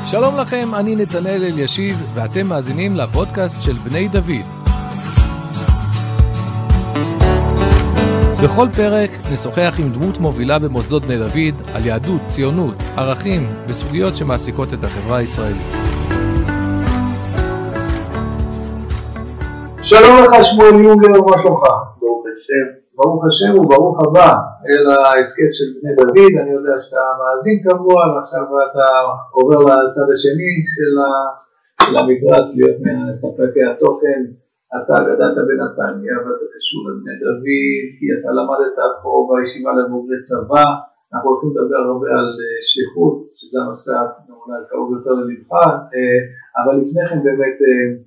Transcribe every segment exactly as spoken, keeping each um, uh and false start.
שלום לכם, אני נתנאל אלישיב, ואתם מאזינים לפודקאסט של בני דוד. בכל פרק נשוחח עם דמות מובילה במוסדות בני דוד על יהדות, ציונות, ערכים וסוגיות שמעסיקות את החברה הישראלית. שלום לך שמואל יוגר, מה שלומך? ברוך השם. ברוך השם וברוך הבא אל ההסכת של בני דוד. אני יודע שאתה מאזין קבוע ועכשיו אתה עובר לצד השני של, ה... של המתרס להיות מספקי התוכן. אתה גדלת בנתניה ואתה קשור לבני דוד כי אתה למדת פה בישיבה לבוגרי צבא. אנחנו הולכים לדבר הרבה על שליחות, שזה הנושא אולי קרוב יותר ללבך, אבל לפני כן באמת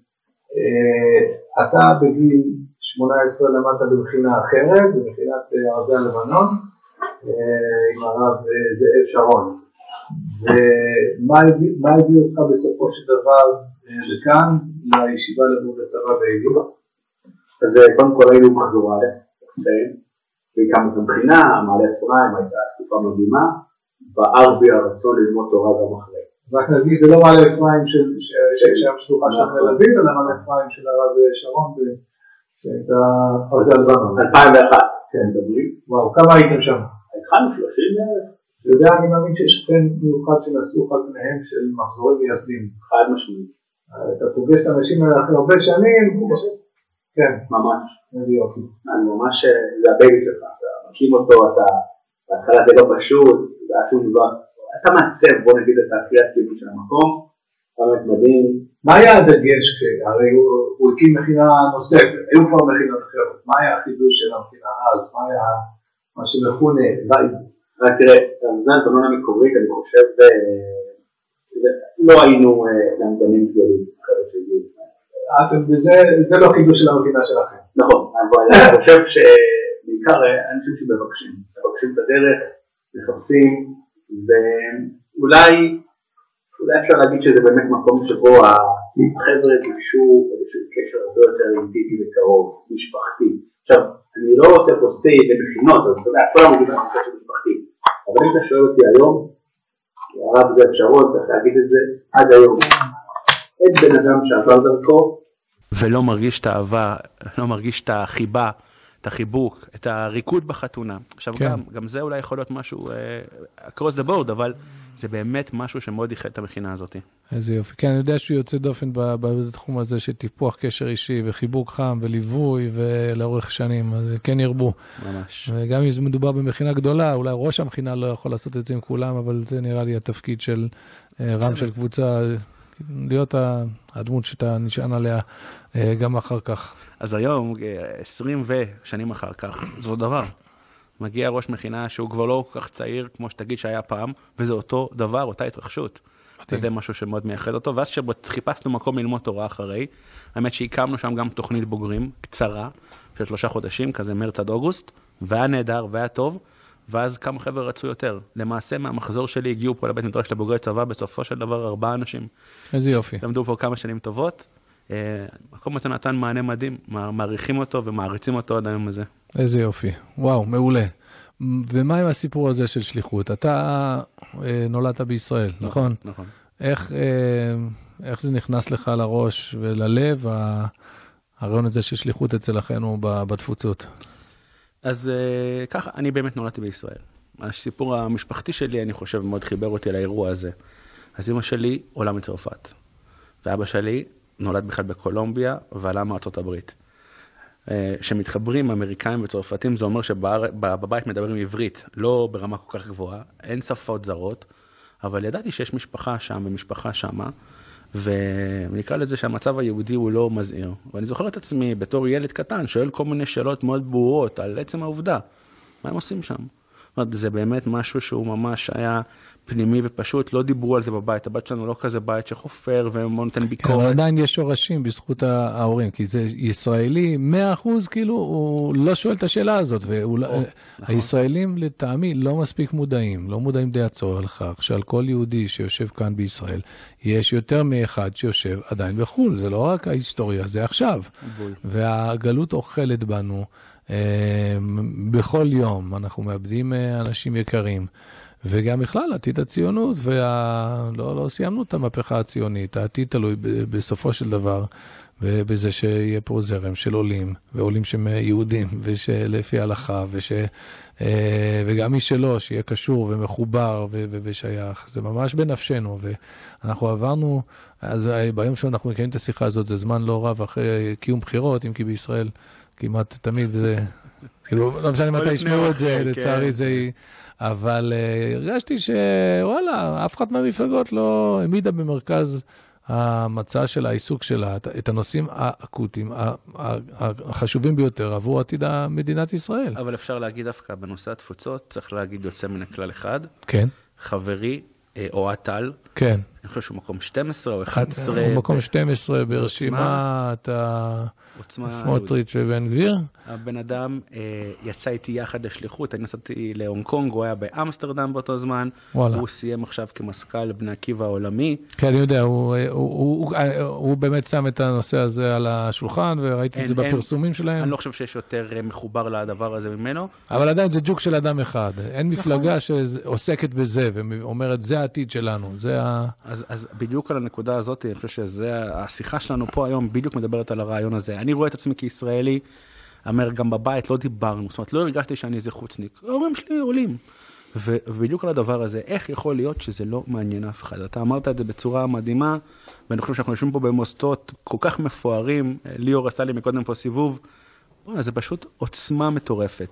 אתה בגיל שמונה עשרה למדת במכינה אחרת, במכינת ארזי הלבנון, עם הרב זאב שרון. ומה הביא אותך בסופו של דבר לכאן, לישיבה לבוגרי צבא בעיר? אז קודם כל היינו מחזור א', והקמנו את המכינה, מעלה אפרים, הייתה תקופה מדהימה, בער בי הרצון ללמוד תורה גם אחרי. רק נדגיש, זה לא מעלה אפרים שהייתה שלוחה של תל אביב, אלא מעלה אפרים של הרב שרון, שהייתה ארזי הלבנון. אלפיים ואחת, כן, דברי. וואו, כמה הייתם שם? התחלנו שלושים. אתה יודע, אני מאמין שיש כאן מיוחד שנעשו אחד מהם של מחזורים מייסדים. חד משמעית. אתה פוגש את האנשים האלה אחרי הרבה שנים. כן. ממש. איזה יופי. אני ממש, זה הבייבי שלך, אתה מקים אותו, אתה, בהתחלה זה לא פשוט, זה היה שום דבר. אתה מעצב, בוא נגיד את הקריאת כיוון של המקום, באמת מדהים. מה היה הדגש? הרי הוא, הוא הקים מכינה נוספת, היו כבר מכינות אחרות. מה היה החידוש של המכינה אז? מה היה מה שמכונה וייב? רק תראה, זה הנתנון המקורית, אני חושב, לא היינו למדנים גדולים אחרת שהגיעו. זה לא חידוש של המכינה שלכם. נכון, אבל אני חושב שבעיקר אנשים שמבקשים, מבקשים את הדרך, מחפשים, ואולי אולי אפשר להגיד שזה באמת מקום שבו החבר'ה ביקשו איזשהו קשר הרבה יותר אינטימי וקרוב, משפחתי. עכשיו, אני לא עושה פה סטי במכינות, אז אתה יודע, כל המודים על קשר משפחתי. אבל אם אתה שואל אותי היום, הרב זאב שרון, צריך להגיד את זה, עד היום. אין בן אדם שעבר דרכו, ולא מרגיש את האהבה, לא מרגיש את החיבה, את החיבוק, את הריקוד בחתונה. עכשיו כן. גם, גם זה אולי יכול להיות משהו uh, across the board, אבל זה באמת משהו שמאוד ייחד את המכינה הזאת. איזה יופי. כן, אני יודע שהוא יוצא דופן בתחום הזה של טיפוח קשר אישי וחיבוק חם וליווי ולאורך שנים, אז כן ירבו. ממש. וגם אם מדובר במכינה גדולה, אולי ראש המכינה לא יכול לעשות את זה עם כולם, אבל זה נראה לי התפקיד של uh, רם של קבוצה, להיות הדמות שאתה נשען עליה גם אחר כך. אז היום, עשרים ושנים אחר כך, זה עוד דבר. מגיע ראש מכינה שהוא כבר לא כל כך צעיר, כמו שתגיד שהיה פעם, וזה אותו דבר, אותה התרחשות. זה די משהו שמאוד מייחד אותו, ואז שחיפשנו מקום ללמוד תורה אחרי, האמת שהקמנו שם גם תוכנית בוגרים קצרה, של שלושה חודשים, כזה מרץ עד אוגוסט, והיה נהדר והיה טוב, ואז כמה חבר'ה רצו יותר. למעשה, מהמחזור שלי הגיעו פה לבית מדרש לבוגרי צבא, בסופו של דבר ארבעה אנשים. איזה יופי. למדו פה כמה שנים טובות. מקום הזה נתן מענה מדהים, מעריכים אותו ומעריצים אותו עד היום הזה. איזה יופי. וואו, מעולה. ומה עם הסיפור הזה של שליחות? אתה נולדת בישראל, נכון? נכון. איך, איך זה נכנס לך לראש וללב, הרעיון הזה של שליחות אצל אחינו בתפוצות? אז ככה, אני באמת נולדתי בישראל. הסיפור המשפחתי שלי, אני חושב, מאוד חיבר אותי לאירוע הזה. אז אמא שלי עולה מצרפת, ואבא שלי נולד בכלל בקולומביה ועלה מארצות הברית. שמתחברים אמריקאים וצרפתים, זה אומר שבבית מדברים עברית, לא ברמה כל כך גבוהה, אין שפות זרות, אבל ידעתי שיש משפחה שם ומשפחה שמה, ונקרא לזה שהמצב היהודי הוא לא מזהיר. ואני זוכר את עצמי בתור ילד קטן, שואל כל מיני שאלות מאוד ברורות על עצם העובדה. מה הם עושים שם? זאת אומרת, זה באמת משהו שהוא ממש היה פנימי ופשוט, לא דיברו על זה בבית. הבת שלנו לא כזה בית שחופר ונותן ביקורת. כן, אבל עדיין יש שורשים בזכות ההורים, כי זה ישראלי, מאה אחוז כאילו, הוא לא שואל את השאלה הזאת, והישראלים לטעמי לא מספיק מודעים, לא מודעים די הצורך לכך, שעל כל יהודי שיושב כאן בישראל, יש יותר מאחד שיושב עדיין בחול, זה לא רק ההיסטוריה, זה עכשיו. והגלות אוכלת בנו, בכל יום אנחנו מאבדים אנשים יקרים, וגם בכלל, עתיד הציונות, ולא לא סיימנו את המהפכה הציונית, העתיד תלוי בסופו של דבר, ובזה שיהיה פה זרם של עולים, ועולים שהם יהודים, ושלפי ההלכה, וש, וגם מי שלא, שיהיה קשור ומחובר ו- ו- ושייך. זה ממש בנפשנו, ואנחנו עברנו, אז ביום שאנחנו מקיימים את השיחה הזאת, זה זמן לא רב אחרי קיום בחירות, אם כי בישראל כמעט תמיד זה, כאילו, לא משנה מתי ישמעו את זה, לצערי זה... אבל הרגשתי שוואלה, אף אחד מהמפלגות לא העמידה במרכז המצע של העיסוק שלה, את הנושאים האקוטיים, החשובים ביותר עבור עתיד מדינת ישראל. אבל אפשר להגיד דווקא בנושא התפוצות, צריך להגיד יוצא מן הכלל אחד. כן. חברי, אוהד טל. כן. אני חושב שהוא מקום שתים עשרה או אחת עשרה. הוא מקום שתים עשרה ברשימת סמוטריץ' ובן גביר. הבן אדם אה, יצא איתי יחד לשליחות, אני נסעתי להונג קונג, הוא היה באמסטרדם באותו זמן, וואלה. הוא סיים עכשיו כמזכ"ל בני עקיבא העולמי. כן, אני יודע, הוא, הוא, הוא, הוא, הוא באמת שם את הנושא הזה על השולחן, וראיתי אין, את זה בפרסומים אין, שלהם. אני לא חושב שיש יותר מחובר לדבר הזה ממנו. אבל עדיין זה ג'וק של אדם אחד, אין מפלגה נכון. שעוסקת בזה, ואומרת, זה העתיד שלנו, זה ה... אז, אז בדיוק על הנקודה הזאת, אני חושב שזה, השיחה שלנו פה היום בדיוק מדברת על הרעיון הזה. אני רואה את עצמי כישראלי, אמר, גם בבית לא דיברנו, זאת אומרת, לא הרגשתי שאני איזה חוצניק. ההורים שלי עולים. ו- ובדיוק על הדבר הזה, איך יכול להיות שזה לא מעניין אף אחד? אתה אמרת את זה בצורה מדהימה, ואני חושב שאנחנו יושבים פה במוסדות כל כך מפוארים, ליאור עשה לי מקודם פה סיבוב, זה פשוט עוצמה מטורפת.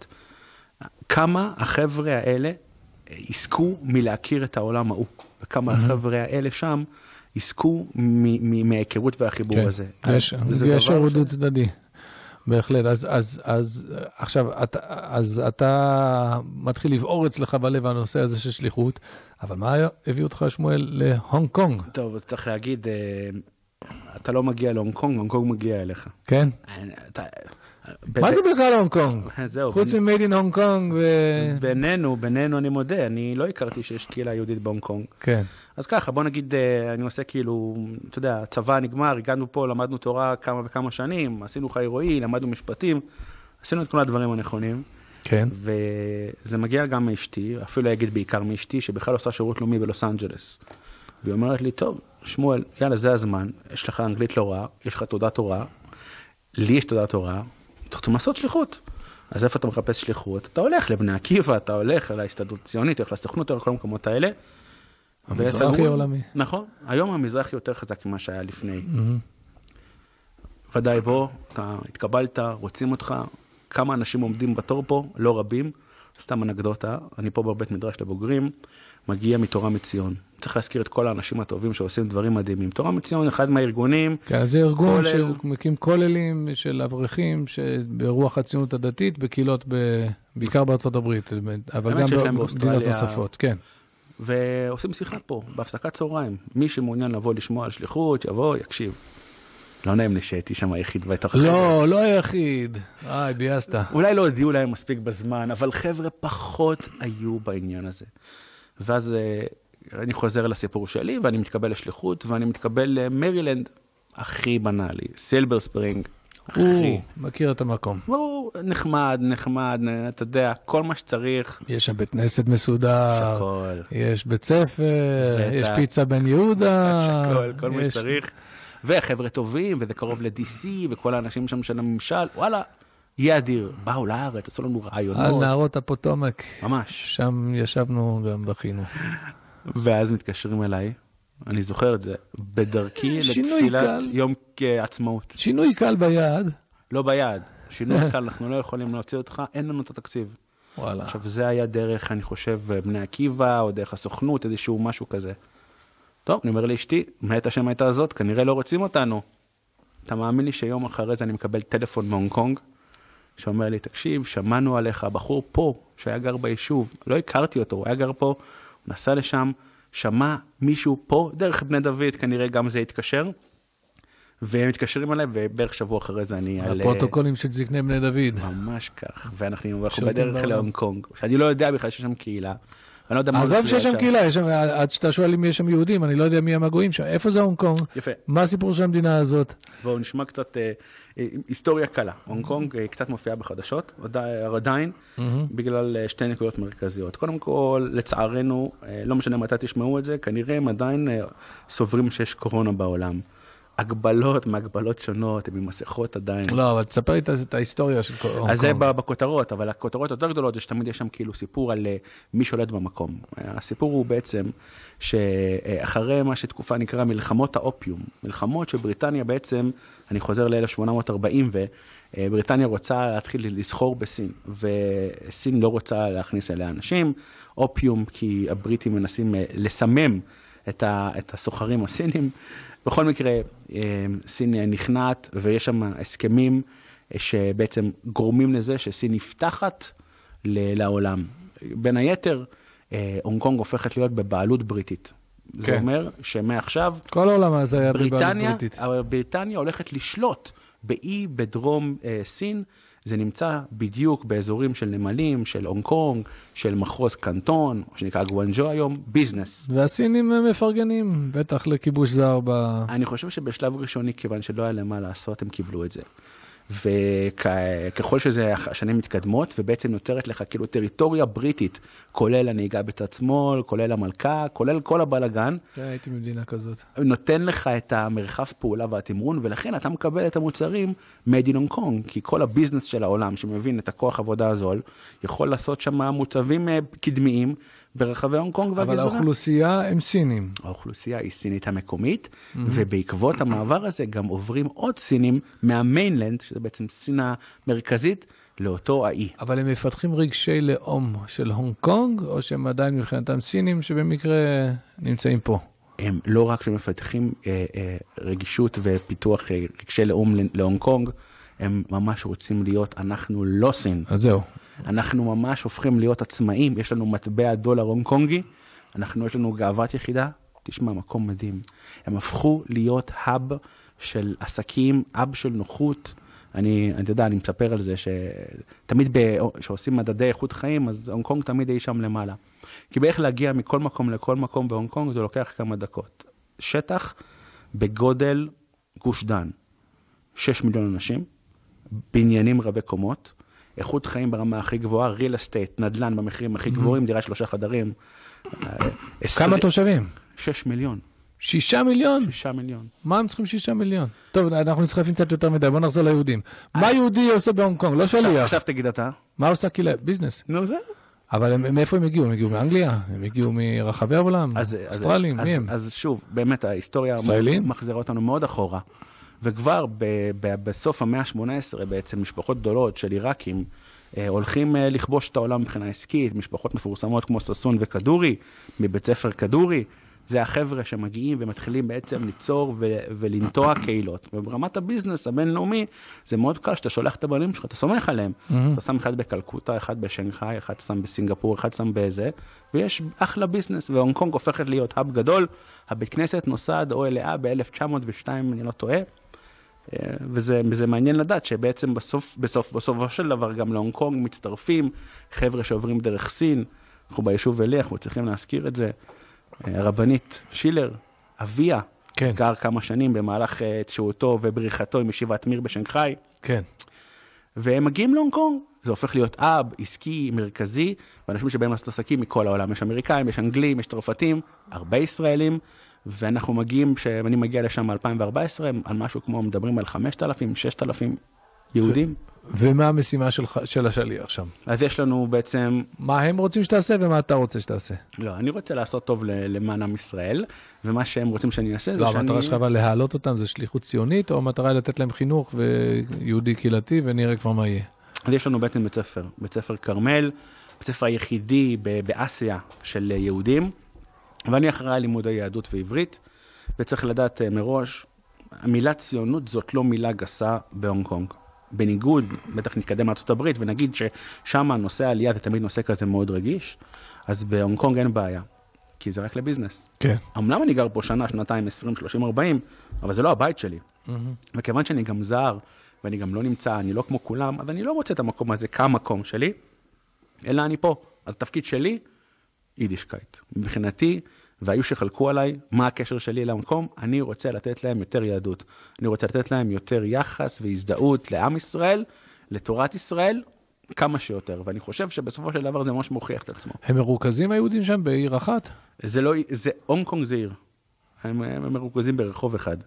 כמה החבר'ה האלה עסקו מלהכיר את העולם ההוא, וכמה החבר'ה האלה שם עסקו מההיכרות והחיבור הזה. יש ערודות צדדי. בהחלט, אז, אז, אז, עכשיו, אתה, אז אתה מתחיל לבעור אצלך בלב הנושא הזה של שליחות, אבל מה הביא אותך, שמואל, להונג קונג? טוב, אז צריך להגיד, אתה לא מגיע להונג קונג, הונג קונג מגיע אליך. כן? אתה... מה זה בכלל הונג קונג? חוץ ממייד אין הונג קונג ו... בינינו, בינינו אני מודה, אני לא הכרתי שיש קהילה יהודית בהונג קונג. כן. אז ככה, בוא נגיד, אני עושה כאילו, אתה יודע, צבא נגמר, הגענו פה, למדנו תורה כמה וכמה שנים, עשינו חי רועי, למדנו משפטים, עשינו את כל הדברים הנכונים. כן. וזה מגיע גם מאשתי, אפילו אגיד בעיקר מאשתי, שבכלל עושה שירות לאומי בלוס אנג'לס. והיא אומרת לי, טוב, שמואל, יאללה, זה הזמן, יש לך אנגלית לא רע, יש לך תעודת תורה, לי יש תעודת תורה, אתה רוצים לעשות שליחות. אז איפה אתה מחפש שליחות? אתה הולך לבני עקיבא, אתה הולך להסתדרות ציונית, הולך לסוכנות, הולך לכל המקומות האלה. המזרחי העולמי. נכון. היום המזרחי יותר חזק ממה שהיה לפני. ודאי בו, אתה התקבלת, רוצים אותך, כמה אנשים עומדים בתור פה, לא רבים, סתם אנקדוטה, אני פה בבית מדרש לבוגרים, מגיע מתורה מציון. צריך להזכיר את כל האנשים הטובים שעושים דברים מדהימים. תורה מציון, אחד מהארגונים. כן, זה ארגון שמקים כוללים של אברכים, ברוח הציונות הדתית, בקהילות, בעיקר בארצות הברית, אבל גם במדינות נוספות, כן. ועושים שיחה פה, בהפסקת צהריים. מי שמעוניין לבוא לשמוע על שליחות, יבוא, יקשיב. לא נעים לי שהייתי שם היחיד בתוך החבר'ה. לא, לא היחיד. איי, בייסת. אולי לא הודיעו להם מספיק בזמן, אבל חבר'ה פחות היו בעניין הזה. ואז אני חוזר לסיפור שלי, ואני מתקבל לשליחות, ואני מתקבל למרילנד, הכי בנאלי, סילבר ספרינג, הכי. מכיר את המקום. הוא נחמד, נחמד, אתה יודע, כל מה שצריך. יש שם בית כנסת מסודר, שכל. יש בית ספר, יש פיצה בן יהודה. שכל, כל מה שצריך. וחבר'ה טובים, וזה קרוב ל-די סי, וכל האנשים שם של הממשל, וואלה, יהיה אדיר. באו לארץ, עשו לנו רעיונות. על נערות הפוטומק. ממש. שם ישבנו גם בכינו. ואז מתקשרים אליי, אני זוכר את זה, בדרכי לתפילת יום עצמאות. שינוי קל ביד. לא ביד, שינוי קל, אנחנו לא יכולים להוציא אותך, אין לנו את התקציב. וואלה. עכשיו, זה היה דרך, אני חושב, בני עקיבא, או דרך הסוכנות, איזשהו משהו כזה. טוב, אני אומר לאשתי, מה את השם הייתה הזאת? כנראה לא רוצים אותנו. אתה מאמין לי שיום אחרי זה אני מקבל טלפון מהונג קונג, שאומר לי, תקשיב, שמענו עליך, הבחור פה, שהיה גר ביישוב, לא הכרתי אותו, הוא היה גר פה, הוא נסע לשם, שמע מישהו פה, דרך בני דוד, כנראה גם זה התקשר, והם מתקשרים עליי, ובערך שבוע אחרי זה אני על... הפרוטוקולים של זקני בני דוד. ממש כך, ואנחנו בדרך להונג קונג, שאני לא יודע בכלל שיש שם קהילה, אני לא יודע מה... עזוב שיש שם קהילה, עד שאתה שואל אם יש שם יהודים, אני לא יודע מי הם הגויים שם. איפה זה הונג קונג? יפה. מה הסיפור של המדינה הזאת? בואו נשמע קצת היסטוריה קלה. הונג קונג קצת מופיעה בחדשות, עדיין, בגלל שתי נקודות מרכזיות. קודם כל, לצערנו, לא משנה מתי תשמעו את זה, כנראה הם עדיין סוברים שיש קורונה בעולם. הגבלות מהגבלות שונות, הם עם מסכות עדיין. לא, אבל תספר לי את ההיסטוריה של הונג קונג. אז זה בכותרות, אבל הכותרות יותר גדולות זה שתמיד יש שם כאילו סיפור על מי שולט במקום. הסיפור הוא בעצם שאחרי מה שתקופה נקרא מלחמות האופיום, מלחמות שבריטניה בעצם, אני חוזר ל-אלף שמונה מאות ארבעים, ובריטניה רוצה להתחיל לסחור בסין, וסין לא רוצה להכניס אליה אנשים, אופיום כי הבריטים מנסים לסמם את הסוחרים הסינים, בכל מקרה, סין נכנעת ויש שם הסכמים שבעצם גורמים לזה שסין נפתחת לעולם. בין היתר, הונג קונג הופכת להיות בבעלות בריטית. כן. זה אומר שמעכשיו... כל העולם הזה היה בבעלות בריטית. בריטניה הולכת לשלוט באי בדרום סין, זה נמצא בדיוק באזורים של נמלים, של הונג קונג, של מחוז קנטון, שנקרא גואנג'ו היום, ביזנס. והסינים מפרגנים, בטח לכיבוש זר ב... אני חושב שבשלב ראשוני, כיוון שלא היה למה לעשות, הם קיבלו את זה. וככל שזה השנים מתקדמות, ובעצם נותרת לך כאילו טריטוריה בריטית, כולל הנהיגה בצד שמאל, כולל המלכה, כולל כל הבלגן. הייתי במדינה כזאת. נותן לך את המרחב פעולה והתמרון, ולכן אתה מקבל את המוצרים made in Hong Kong, כי כל הביזנס של העולם שמבין את הכוח עבודה הזול, יכול לעשות שם מוצבים קדמיים ברחבי הונג קונג והגזרה. אבל האוכלוסייה הם סינים. האוכלוסייה היא סינית המקומית, mm-hmm. ובעקבות המעבר הזה גם עוברים עוד סינים מהמיינלנד, שזה בעצם סין המרכזית, לאותו האי. אבל הם מפתחים רגשי לאום של הונג קונג, או שהם עדיין מבחינתם סינים שבמקרה נמצאים פה? הם לא רק שמפתחים אה, אה, רגישות ופיתוח אה, רגשי לאום להונג קונג, הם ממש רוצים להיות, אנחנו לא סין. אז זהו. אנחנו ממש הופכים להיות עצמאים, יש לנו מטבע דולר הונג קונגי, אנחנו יש לנו גאוות יחידה, תשמע, מקום מדהים. הם הפכו להיות האב של עסקים, האב של נוחות. אני, אני יודע, אני מספר על זה שתמיד שעושים מדדי איכות חיים, אז הונג קונג תמיד יהיה שם למעלה. כי באיך להגיע מכל מקום לכל מקום בהונג קונג, זה לוקח כמה דקות. שטח בגודל גוש דן, שש מיליון אנשים, בניינים רבי קומות, איכות חיים ברמה הכי גבוהה, real estate, נדל"ן במחירים הכי גבוהים, דירה שלושה חדרים. כמה תושבים? שש מיליון. שישה מיליון? שישה מיליון. מה הם צריכים שישה מיליון? טוב, אנחנו נסחפים קצת יותר מדי, בוא נחזור ליהודים. מה יהודי עושה בהונג קונג? לא שליח. עכשיו תגיד אתה. מה עושה קהילה? ביזנס. נו, זה. אבל מאיפה הם הגיעו? הם הגיעו מאנגליה? הם הגיעו מרחבי העולם? אוסטרלים? מי הם? אז שוב, באמת ההיסטוריה מחזירה אותנו מאוד אחורה. וכבר בסוף המאה ה-שמונה עשרה בעצם משפחות גדולות של עיראקים הולכים לכבוש את העולם מבחינה עסקית, משפחות מפורסמות כמו ססון וכדורי, מבית ספר כדורי, זה החבר'ה שמגיעים ומתחילים בעצם ליצור ולנטוע קהילות. וברמת הביזנס הבינלאומי זה מאוד קל שאתה שולח את הבעלים שלך, אתה סומך עליהם. אתה שם אחד בקלקוטה, אחד בשנגחאי, אחד שם בסינגפור, אחד שם באיזה, ויש אחלה ביזנס, והונג קונג הופכת להיות האב גדול. הבית כנסת נוסד או אליה ב-אלף תשע מאות ושתיים, אני לא טועה. וזה, וזה מעניין לדעת שבעצם בסוף, בסוף, בסופו של דבר גם להונג קונג מצטרפים חבר'ה שעוברים דרך סין. אנחנו ביישוב אליה, אנחנו צריכים להזכיר את זה. הרבנית שילר, אביה, כן. גר כמה שנים במהלך תשעותו ובריחתו עם ישיבת מיר בשנגחאי. כן. והם מגיעים להונג קונג. זה הופך להיות אב, עסקי, מרכזי, ואנשים שבאים לעשות עסקים מכל העולם. יש אמריקאים, יש אנגלים, יש צרפתים, הרבה ישראלים. ואנחנו מגיעים, ואני מגיע לשם ב-אלפיים וארבע עשרה, על משהו כמו, מדברים על חמשת אלפים, ששת אלפים יהודים. ומה המשימה שלך, של השליח שם? אז יש לנו בעצם... מה הם רוצים שתעשה ומה אתה רוצה שתעשה? לא, אני רוצה לעשות טוב למען עם ישראל, ומה שהם רוצים שאני אעשה זה לא, שאני... לא, המטרה שלך אבל להעלות אותם, זה שליחות ציונית, או המטרה היא לתת להם חינוך ויהודי קהילתי, ונראה כבר מה יהיה. אז יש לנו בעצם בית ספר, בית ספר קרמל, בית ספר היחידי באסיה של יהודים, ואני אחראי לימוד היהדות ועברית, וצריך לדעת מראש, המילה ציונות זאת לא מילה גסה בהונג קונג. בניגוד, בטח נתקדם לארצות הברית, ונגיד ששם נושא העלייה זה תמיד נושא כזה מאוד רגיש, אז בהונג קונג אין בעיה, כי זה רק לביזנס. כן. אמנם אני גר פה שנה, שנתיים, עשרים, שלושים, ארבעים, אבל זה לא הבית שלי. Mm-hmm. וכיוון שאני גם זר, ואני גם לא נמצא, אני לא כמו כולם, אז אני לא רוצה את המקום הזה כמקום שלי, אלא אני פה. אז התפקיד שלי, יידישקייט. מבחינתי, והיו שחלקו עליי, מה הקשר שלי למקום, אני רוצה לתת להם יותר יהדות. אני רוצה לתת להם יותר יחס והזדהות לעם ישראל, לתורת ישראל, כמה שיותר. ואני חושב שבסופו של דבר זה ממש מוכיח את עצמו. הם מרוכזים היהודים שם בעיר אחת? זה לא, זה, הונג קונג זה עיר. הם, הם מרוכזים ברחוב אחד.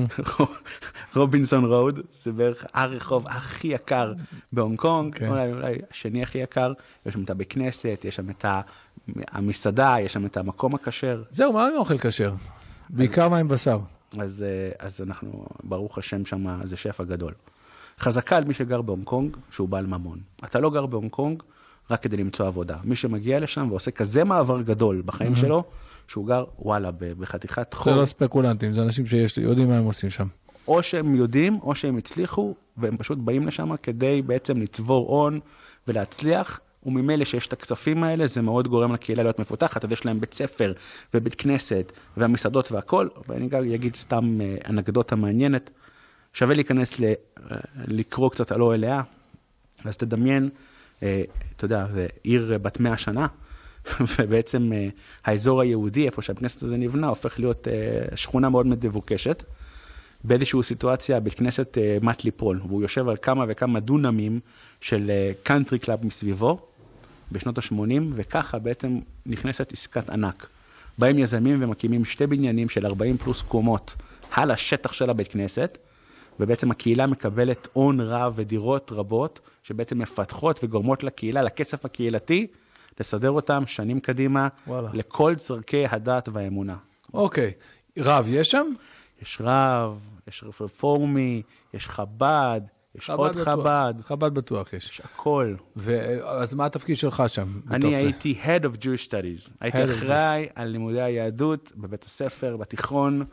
רובינסון רוד, זה בערך הרחוב הכי יקר בהונג קונג, okay. אולי, אולי השני הכי יקר, יש שם את הבית כנסת, יש שם את המסעדה, יש שם את המקום הכשר. זהו, מה עם אוכל כשר? בעיקר מים בשר. אז, אז אנחנו, ברוך השם שם, זה שף הגדול. חזקה על מי שגר בהונג קונג, שהוא בעל ממון. אתה לא גר בהונג קונג, רק כדי למצוא עבודה. מי שמגיע לשם ועושה כזה מעבר גדול בחיים שלו, שהוא גר, וואלה, בחתיכת חור. זה לא ספקולנטים, זה אנשים שיודעים מה הם עושים שם. או שהם יודעים, או שהם הצליחו, והם פשוט באים לשם כדי בעצם לצבור הון ולהצליח, וממילא שיש את הכספים האלה, זה מאוד גורם לקהילה להיות מפותחת, אז יש להם בית ספר ובית כנסת והמסעדות והכל, ואני גם אגיד סתם אנקדוטה מעניינת, שווה להיכנס ל, לקרוא קצת על אליה, אז תדמיין, אתה יודע, זה עיר בת מאה שנה, ובעצם האזור היהודי, איפה שהכנסת הזה נבנה, הופך להיות שכונה מאוד מדבוקשת. באיזושהי סיטואציה, בית כנסת מת ליפול, והוא יושב על כמה וכמה דונמים של קאנטרי קלאב מסביבו, בשנות ה-שמונים, וככה בעצם נכנסת עסקת ענק. באים יזמים ומקימים שתי בניינים של ארבעים פלוס קומות על השטח של הבית כנסת, ובעצם הקהילה מקבלת הון רב ודירות רבות, שבעצם מפתחות וגורמות לקהילה, לכסף הקהילתי, לסדר אותם שנים קדימה, וואלה. לכל צרכי הדת והאמונה. אוקיי. רב יש שם? יש רב, יש רפורמי, יש חב"ד, יש חבד עוד בטוח. חב"ד. חב"ד בטוח יש. יש הכל. אז מה התפקיד שלך שם? אני הייתי Head of Jewish Studies. הייתי אחראי על לימודי היהדות בבית הספר, בתיכון,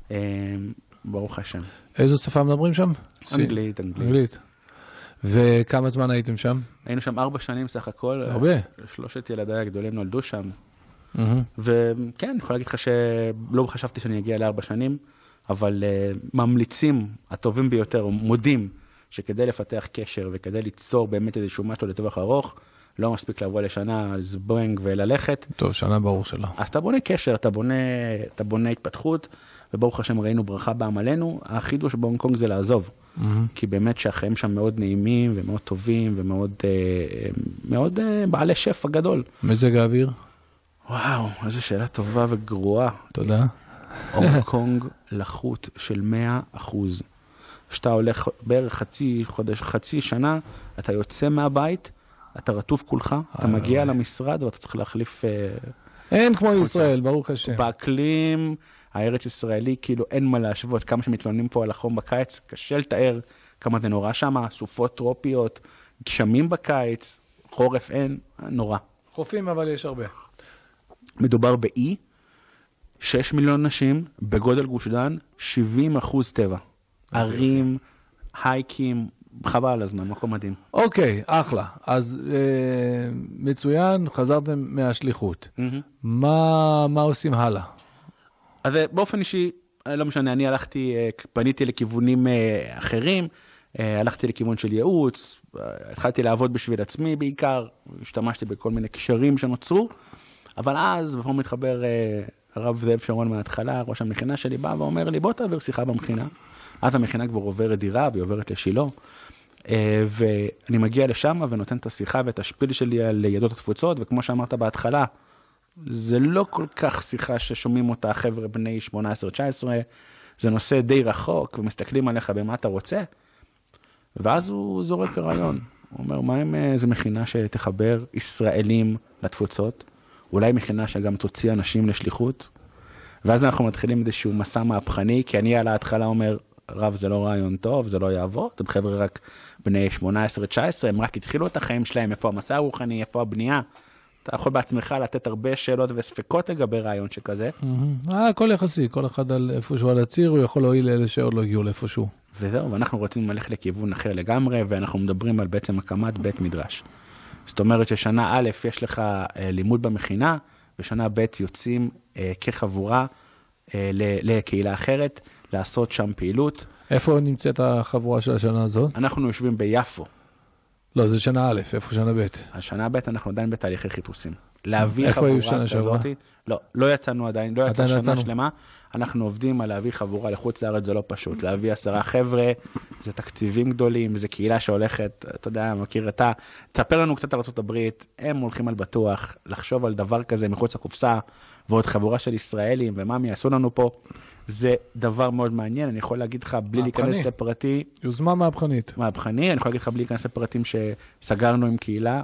ברוך השם. איזו שפה מדברים שם? אנגלית, אנגלית. אנגלית. וכמה זמן הייתם שם? היינו שם ארבע שנים סך הכל. הרבה. שלושת ילדיי הגדולים נולדו שם. וכן, אני יכול להגיד לך שלא חשבתי שאני אגיע לארבע שנים, אבל ממליצים הטובים ביותר, מודים, שכדי לפתח קשר וכדי ליצור באמת איזשהו משהו לטווח ארוך, לא מספיק לבוא לשנה, זבנג וללכת. טוב, שנה ברור שלא. אז אתה בונה קשר, אתה בונה, אתה בונה התפתחות, וברוך השם ראינו ברכה בעמלנו. החידוש בהונג קונג זה לעזוב, mm-hmm. כי באמת שהחיים שם מאוד נעימים ומאוד טובים ומאוד מאוד, בעלי שפע גדול. מזג האוויר? וואו, איזו שאלה טובה וגרועה. תודה. הונג קונג לחות של מאה אחוז. שאתה הולך בערך חצי חודש, חצי שנה, אתה יוצא מהבית, אתה רטוב כולך, אתה מגיע למשרד ואתה צריך להחליף... אין כמו ישראל, ברוך השם. באקלים, הארץ ישראלי, כאילו אין מה להשוות, כמה שמתלוננים פה על החום בקיץ, קשה לתאר כמה זה נורא שם, סופות טרופיות, גשמים בקיץ, חורף אין, נורא. חופים אבל יש הרבה. מדובר באי, שש מיליון נשים, בגודל גוש דן, שבעים אחוז טבע. ערים, הייקים, חבל על הזמן, מקום מדהים. אוקיי, אחלה. אז אה, מצוין, חזרתם מהשליחות. Mm-hmm. מה, מה עושים הלאה? אז באופן אישי, לא משנה, אני הלכתי, פניתי לכיוונים אחרים, הלכתי לכיוון של ייעוץ, התחלתי לעבוד בשביל עצמי בעיקר, השתמשתי בכל מיני קשרים שנוצרו, אבל אז, ופה מתחבר הרב זאב שרון מההתחלה, ראש המכינה שלי בא ואומר לי, בוא תעביר שיחה במכינה. אז המכינה כבר עוברת דירה, והיא עוברת לשילה, ואני מגיע לשם ונותן את השיחה ואת השפיל שלי על יהדות התפוצות, וכמו שאמרת בהתחלה, זה לא כל כך שיחה ששומעים אותה חבר'ה בני שמונה עשרה תשע עשרה, זה נושא די רחוק, ומסתכלים עליך במה אתה רוצה, ואז הוא זורק הרעיון. הוא אומר, מה אם זו מכינה שתחבר ישראלים לתפוצות? אולי מכינה שגם תוציא אנשים לשליחות? ואז אנחנו מתחילים איזשהו מסע מהפכני, כי אני על ההתחלה אומר, רב זה לא רעיון טוב, זה לא יעבור, אתם חבר'ה רק בני שמונה עשרה תשע עשרה, הם רק התחילו את החיים שלהם, איפה המסע הרוחני, איפה הבנייה, אתה יכול בעצמך לתת הרבה שאלות וספקות לגבי רעיון שכזה. אה, הכל יחסי, כל אחד על איפשהו על הציר, הוא יכול להועיל לאלה שעוד לא הגיעו לאיפשהו. וזהו, ואנחנו רוצים ללכת לכיוון אחר לגמרי, ואנחנו מדברים על בעצם הקמת בית מדרש. זאת אומרת ששנה א' יש לך לימוד במכינה, ושנה ב' יוצאים כחבורה לקהילה אחרת, לעשות שם פעילות. איפה נמצאת החבורה של השנה הזאת? אנחנו יושבים ביפו. לא, זה שנה א', איפה שנה ב'? השנה ב' אנחנו עדיין בתהליכי חיפושים. להביא חבורה כזאת. לא, לא יצאנו עדיין, לא יצא שנה שלמה. אנחנו עובדים על להביא חבורה לחוץ לארץ, זה לא פשוט. להביא עשרה חבר'ה, זה תקציבים גדולים, זה קהילה שהולכת, אתה יודע, מכיר אתה, תספר לנו קצת על ארצות הברית, הם הולכים על בטוח, לחשוב על דבר כזה מחוץ לקופסה, ועוד חבורה של ישראלים, ומה מי יעשו לנו פה. זה דבר מאוד מעניין, אני יכול להגיד לך בלי להיכנס לפרטי. יוזמה מהפכנית. מהפכני, אני יכול להגיד לך בלי להיכנס לפרטים שסגרנו עם קהילה,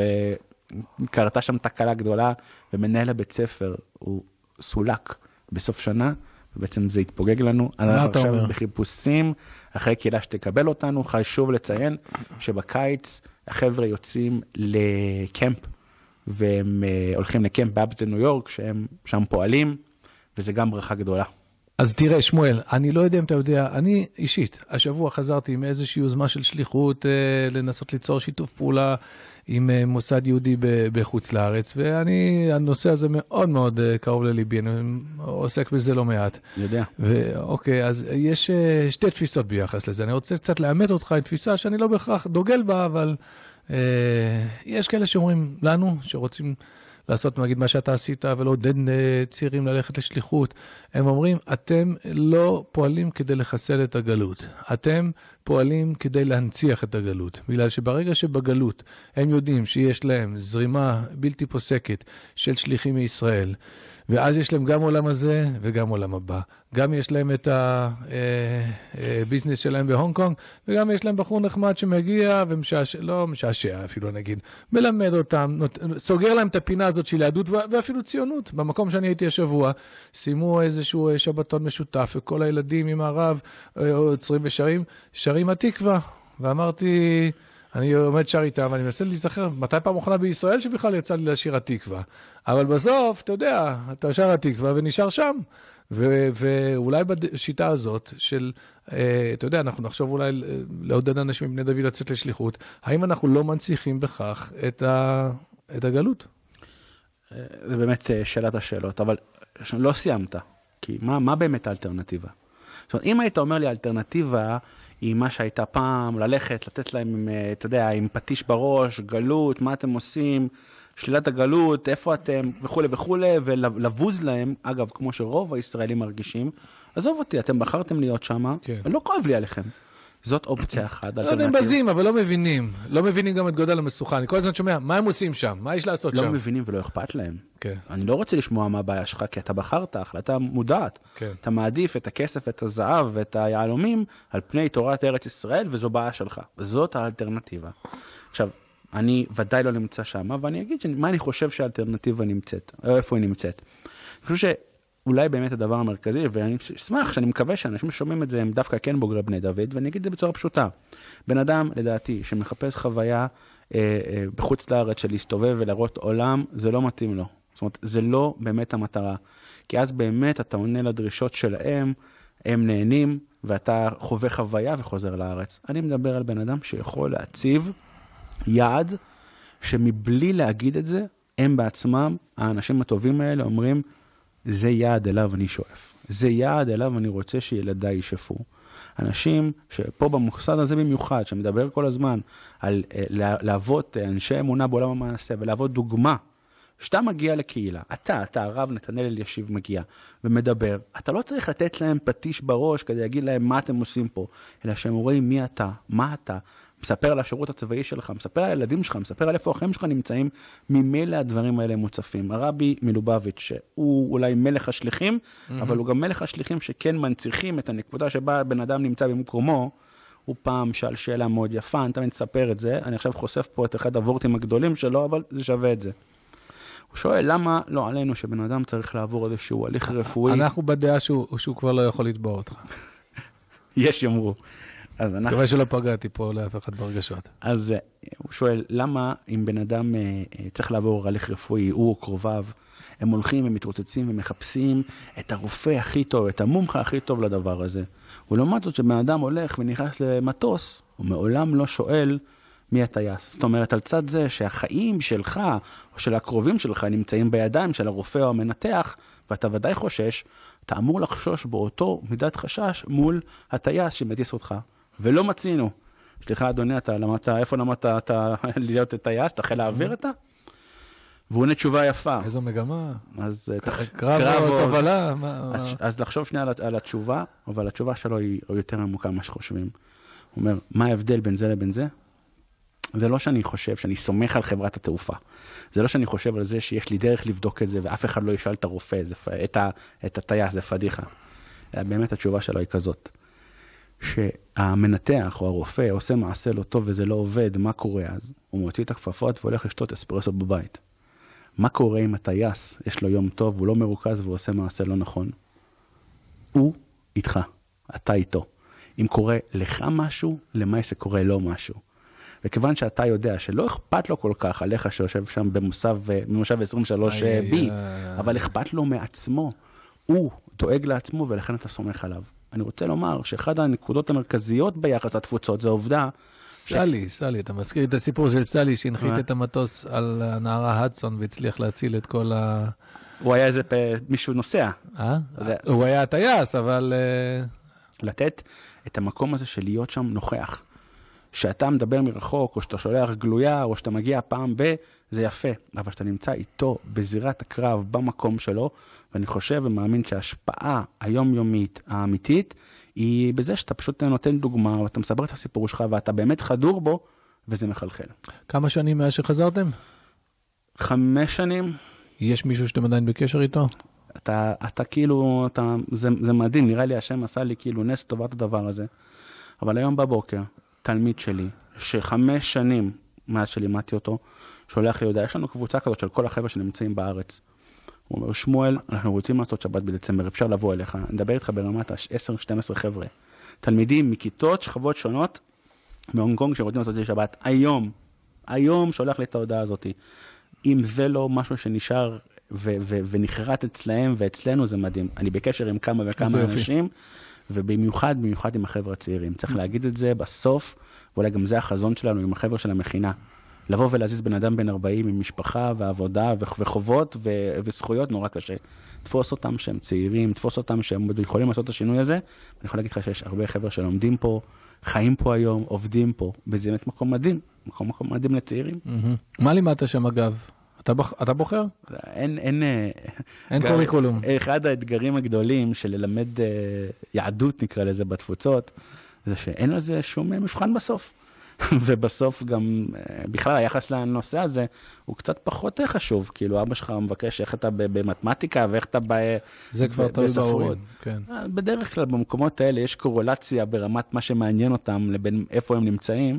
וקרתה שם תקלה גדולה, ומנהל הבית ספר הוא סולק בסוף שנה, ובעצם זה התפוגג לנו. אנחנו עכשיו בחיפושים, אחרי קהילה שתקבל אותנו, חשוב לציין שבקיץ החבר'ה יוצאים לקמפ, והם הולכים לקמפ באבסטייט ניו יורק, שהם שם פועלים, וזה גם ברכה גדולה. אז תראה, שמואל, אני לא יודע אם אתה יודע, אני אישית, השבוע חזרתי עם איזושהי יוזמה של שליחות, אה, לנסות ליצור שיתוף פעולה עם אה, מוסד יהודי ב- בחוץ לארץ, ואני, הנושא הזה מאוד מאוד אה, קרוב לליבי, אני עוסק בזה לא מעט. יודע. ואוקיי, אז יש אה, שתי תפיסות ביחס לזה, אני רוצה קצת לאמת אותך, עם תפיסה שאני לא בהכרח דוגל בה, אבל אה, יש כאלה שאומרים לנו, שרוצים לעשות, נגיד, מה שאתה עשית, ולעודד צעירים ללכת לשליחות. הם אומרים, אתם לא פועלים כדי לחסל את הגלות. אתם פועלים כדי להנציח את הגלות. בגלל שברגע שבגלות הם יודעים שיש להם זרימה בלתי פוסקת של שליחים מישראל, ואז יש להם גם עולם הזה וגם עולם הבא. גם יש להם את הביזנס שלהם בהונג קונג, וגם יש להם בחור נחמד שמגיע ומשעשע, לא משעשע אפילו נגיד, מלמד אותם, סוגר להם את הפינה הזאת של יהדות ואפילו ציונות. במקום שאני הייתי השבוע, שימו איזשהו שבתון משותף, וכל הילדים עם הרב עוצרים ושרים, שרים התקווה. ואמרתי, אני עומד שר איתם, ואני מנסה להיזכר, מתי פעם אחרונה בישראל שבכלל יצא לי לשיר התקווה. אבל בסוף, אתה יודע, אתה שר התקווה ונשאר שם. ו- ואולי בשיטה הזאת של, אתה יודע, אנחנו נחשוב אולי לעודד אנשים מבני דוד לצאת לשליחות, האם אנחנו לא מנציחים בכך את, ה- את הגלות? זה באמת שאלת השאלות, אבל לא סיימת, כי מה, מה באמת האלטרנטיבה? זאת אומרת, אם היית אומר לי האלטרנטיבה, היא מה שהייתה פעם, ללכת, לתת להם, אתה יודע, עם פטיש בראש, גלות, מה אתם עושים, שלילת הגלות, איפה אתם, וכו' וכו', ולבוז להם, אגב, כמו שרוב הישראלים מרגישים, עזוב אותי, אתם בחרתם להיות שם, כן. לא כואב לי עליכם. זאת אופציה אחת. לא יודעים בזים, אבל לא מבינים. לא מבינים גם את גודל המסוכה. אני כל הזמן שומע, מה הם עושים שם? מה יש לעשות לא שם? לא מבינים ולא אכפת להם. כן. אני לא רוצה לשמוע מה הבעיה שלך, כי אתה בחרת, החלטה מודעת. כן. אתה מעדיף את הכסף, את הזהב ואת היעלומים על פני תורת ארץ ישראל, וזו בעיה שלך. זאת האלטרנטיבה. עכשיו, אני ודאי לא נמצא שם, ואני אגיד מה אני חושב שהאלטרנטיבה נמצאת, או איפה היא נמצאת. אני חושב שאולי באמת הדבר המרכזי, ואני אשמח שאני מקווה שאנשים ששומעים את זה הם דווקא כן בוגרי בני דוד, ואני אגיד את זה בצורה פשוטה. בן אדם, לדעתי, שמחפש חוויה אה, אה, בחוץ לארץ של להסתובב ולראות עולם, זה לא מתאים לו. זאת אומרת, זה לא באמת המטרה. כי אז באמת אתה עונה לדרישות שלהם, הם נהנים, ואתה חווה חוויה וחוזר לארץ. אני מדבר על בן אדם שיכול להציב יעד שמבלי להגיד את זה, הם בעצמם, האנשים הטובים האלה אומרים, זה יעד אליו אני שואף. זה יעד אליו אני רוצה שילדיי ישאפו. אנשים שפה במוסד הזה במיוחד, שמדבר כל הזמן על לעבוד אנשי אמונה בעולם המעשה, ולעבוד דוגמה, שאתה מגיע לקהילה, אתה, אתה הרב נתנאל אלישיב מגיע ומדבר, אתה לא צריך לתת להם פטיש בראש כדי להגיד להם מה אתם עושים פה, אלא שהם רואים מי אתה, מה אתה, מספר על השירות הצבאי שלך, מספר על הילדים שלך, מספר על איפה החיים שלך נמצאים, ממילא הדברים האלה מוצפים. הרבי מלובביץ', שהוא אולי מלך השליחים, mm-hmm. אבל הוא גם מלך השליחים שכן מנציחים את הנקודה שבה בן אדם נמצא במקומו, הוא פעם שאל שאלה מאוד יפה, אני תמיד אספר את זה, אני עכשיו חושף פה את אחד הוורטים הגדולים שלו, אבל זה שווה את זה. הוא שואל, למה לא עלינו שבן אדם צריך לעבור איזשהו הליך רפואי? אנחנו בדעה שהוא, שהוא כבר לא יכול לתבוע אותך. יש יאמרו. מקווה שלא פגעתי פה לאף אחד ברגשות. אז הוא שואל, למה אם בן אדם צריך לעבור הליך רפואי, הוא או קרוביו, הם הולכים ומתרוצצים ומחפשים את הרופא הכי טוב, את המומחה הכי טוב לדבר הזה. ולעומת זאת שבן אדם הולך ונכנס למטוס, הוא מעולם לא שואל מי הטייס. זאת אומרת, על צד זה שהחיים שלך או של הקרובים שלך נמצאים בידיים של הרופא או המנתח, ואתה ודאי חושש, אתה אמור לחשוש באותו מידת חשש מול הטייס שמטיס אותך. ולא מצינו. סליחה, אדוני, אתה למדת, איפה למדת אתה להיות טייס? אתה חיל להעביר אתה? והוא עונה תשובה יפה. איזו מגמה. אז קרב או תבלה. אז לחשוב שנייה על התשובה, אבל התשובה שלו היא יותר עמוקה ממה שחושבים. הוא אומר, מה ההבדל בין זה לבין זה? זה לא שאני חושב, שאני סומך על חברת התעופה. זה לא שאני חושב על זה שיש לי דרך לבדוק את זה, ואף אחד לא ישאל את הרופא, את, ה, את הטייס, זה פדיחה. באמת התשובה שלו היא כזאת, שהמנתח או הרופא עושה מעשה לא טוב וזה לא עובד, מה קורה אז? הוא מוציא את הכפפות והולך לשתות אספרסו בבית. מה קורה אם הטייס, יש לו יום טוב, הוא לא מרוכז והוא עושה מעשה לא נכון? הוא איתך, אתה איתו. אם קורה לך משהו, למה זה קורה לו משהו. וכיוון שאתה יודע שלא אכפת לו כל כך עליך שיושב שם במושב, במושב עשרים ושלוש בי, אבל אכפת לו מעצמו, הוא דואג לעצמו ולכן אתה סומך עליו. אני רוצה לומר שאחד הנקודות המרכזיות ביחס התפוצות זה עובדה. סלי, סלי, אתה מזכיר את הסיפור של סלי שהנחית את המטוס על הנערה הדסון והצליח להציל את כל ה... הוא היה איזה מישהו נוסע. אה? הוא היה הטייס, אבל... לתת את המקום הזה של להיות שם נוכח. שאתה מדבר מרחוק, או שאתה שולח גלויה, או שאתה מגיע פעם ב, זה יפה. אבל שאתה נמצא איתו בזירת הקרב, במקום שלו, ואני חושב ומאמין שההשפעה היומיומית, האמיתית, היא בזה שאתה פשוט נותן דוגמה, ואתה מסבר את הסיפור שלך, ואתה באמת חדור בו, וזה מחלחל. כמה שנים מאז שחזרתם? חמש שנים. יש מישהו שאתם עדיין בקשר איתו? אתה, אתה כאילו, אתה, זה, זה מדהים, נראה לי השם עשה לי כאילו נס טובת הדבר הזה. אבל היום בבוקר, תלמיד שלי, שחמש שנים מאז שלימדתי אותו, שולח לי, יודע, יש לנו קבוצה כזאת של כל החבר'ה שנמצאים בארץ. הוא אומר, שמואל, אנחנו רוצים לעשות שבת בדצמבר, אפשר לבוא אליך. נדבר איתך ברמת ה-עשר שתים עשרה חבר'ה. תלמידים מכיתות, שכבות שונות, מהונג קונג שרוצים לעשות את שבת. היום, היום שולח לי את ההודעה הזאת. אם זה לא משהו שנשאר ו- ו- ונחרט אצלהם ואצלנו, זה מדהים. אני בקשר עם כמה וכמה אנשים, ובמיוחד, במיוחד עם החבר'ה הצעירים. צריך להגיד את זה בסוף, ואולי גם זה החזון שלנו עם החבר'ה של המכינה. לבוא ולהזיז בן אדם בן ארבעים עם משפחה ועבודה וחובות ו- וזכויות נורא קשה. תפוס אותם שהם צעירים, תפוס אותם שהם יכולים לעשות את השינוי הזה. אני יכול להגיד לך שיש הרבה חבר'ה שלומדים פה, חיים פה היום, עובדים פה, וזה באמת מקום מדהים, מקום, מקום מדהים לצעירים. מה לימדת שם אגב? אתה, בוח, אתה בוחר? אין, אין, אין גר, קוריקולום. אחד האתגרים הגדולים של ללמד יהדות נקרא לזה בתפוצות, זה שאין לזה שום מבחן בסוף. ובסוף גם בכלל היחס לנושא הזה הוא קצת פחות חשוב, כאילו אבא שלך מבקש איך אתה במתמטיקה ואיך אתה בספרות. זה כבר תלוי בהורים, כן. בדרך כלל במקומות האלה יש קורולציה ברמת מה שמעניין אותם לבין איפה הם נמצאים,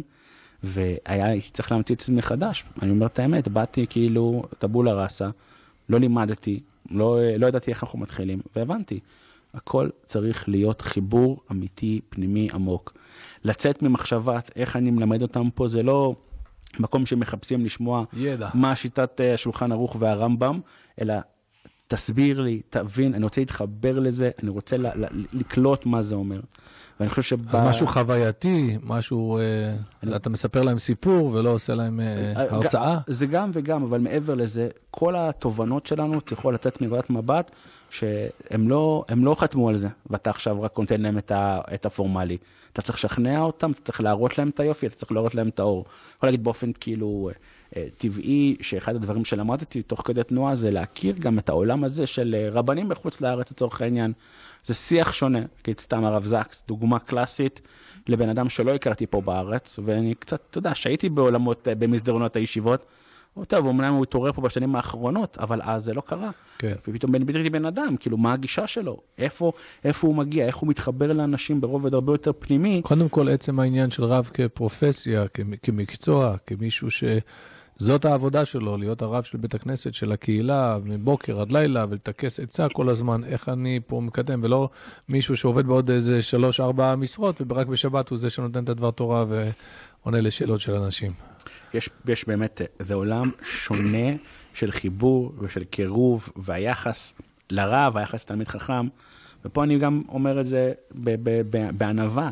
והיה צריך להמציא את זה מחדש. אני אומר את האמת, באתי כאילו טבולה ראסה, לא לימדתי, לא, לא ידעתי איך אנחנו מתחילים, והבנתי, הכל צריך להיות חיבור אמיתי, פנימי, עמוק. לצאת ממחשבת איך אני מלמד אותם פה, זה לא מקום שמחפשים לשמוע ידע. מה שיטת השולחן ערוך והרמב"ם, אלא תסביר לי, תבין, אני רוצה להתחבר לזה, אני רוצה ל- ל- לקלוט מה זה אומר. ואני חושב שבא... אז משהו חווייתי, משהו, אה, אתה מספר להם סיפור ולא עושה להם אה, הרצאה? זה גם וגם, אבל מעבר לזה, כל התובנות שלנו צריכות לצאת מנקודת מבט, שהם לא, הם לא חתמו על זה, ואתה עכשיו רק נותן להם את, ה, את הפורמלי. אתה צריך לשכנע אותם, אתה צריך להראות להם את היופי, אתה צריך להראות להם את האור. יכול להגיד באופן כאילו טבעי, שאחד הדברים שלמדתי תוך כדי תנועה, זה להכיר גם את העולם הזה של רבנים בחוץ לארץ לצורך העניין. זה שיח שונה, כי סתם הרב זקס, דוגמה קלאסית לבן אדם שלא הכרתי פה בארץ, ואני קצת, אתה יודע, שהייתי בעולמות, במסדרונות הישיבות, טוב, אומנם הוא התעורר פה בשנים האחרונות, אבל אז זה לא קרה. כן. ופתאום בן בן אדם, כאילו, מה הגישה שלו? איפה, איפה הוא מגיע? איך הוא מתחבר לאנשים ברובד הרבה יותר פנימי? קודם כל, עצם העניין של רב כפרופסיה, כמקצוע, כמישהו שזאת העבודה שלו, להיות הרב של בית הכנסת, של הקהילה, מבוקר עד לילה, ולתקס עצה כל הזמן, איך אני פה מקדם, ולא מישהו שעובד בעוד איזה שלוש, ארבע משרות, ורק בשבת הוא זה שנותן את הדבר תורה ועונה לשאלות של אנשים. יש, יש באמת, זה עולם שונה של חיבור ושל קירוב והיחס לרב, היחס לתלמיד חכם, ופה אני גם אומר את זה בענווה.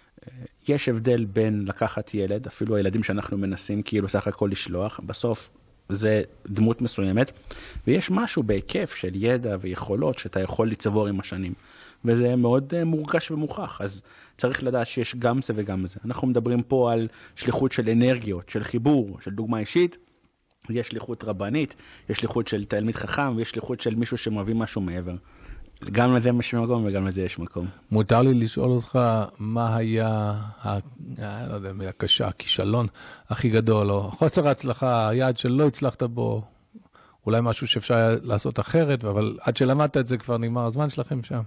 יש הבדל בין לקחת ילד, אפילו הילדים שאנחנו מנסים כאילו סך הכל לשלוח, בסוף זה דמות מסוימת, ויש משהו בהיקף של ידע ויכולות שאתה יכול לצבור עם השנים, וזה מאוד מורגש ומוכח, אז צריך לדעת שיש גם זה וגם זה. אנחנו מדברים פה על שליחות של אנרגיות, של חיבור, של דוגמה אישית, יש שליחות רבנית, יש שליחות של תלמיד חכם, ויש שליחות של מישהו שמביא משהו מעבר. גם לזה יש מקום וגם לזה יש מקום. מותר לי לשאול אותך, מה היה, ה... לא יודע, מילה קשה, הכישלון הכי גדול, או חוסר ההצלחה, היעד שלא הצלחת בו, אולי משהו שאפשר לעשות אחרת, אבל עד שלמדת את זה כבר נגמר הזמן שלכם שם.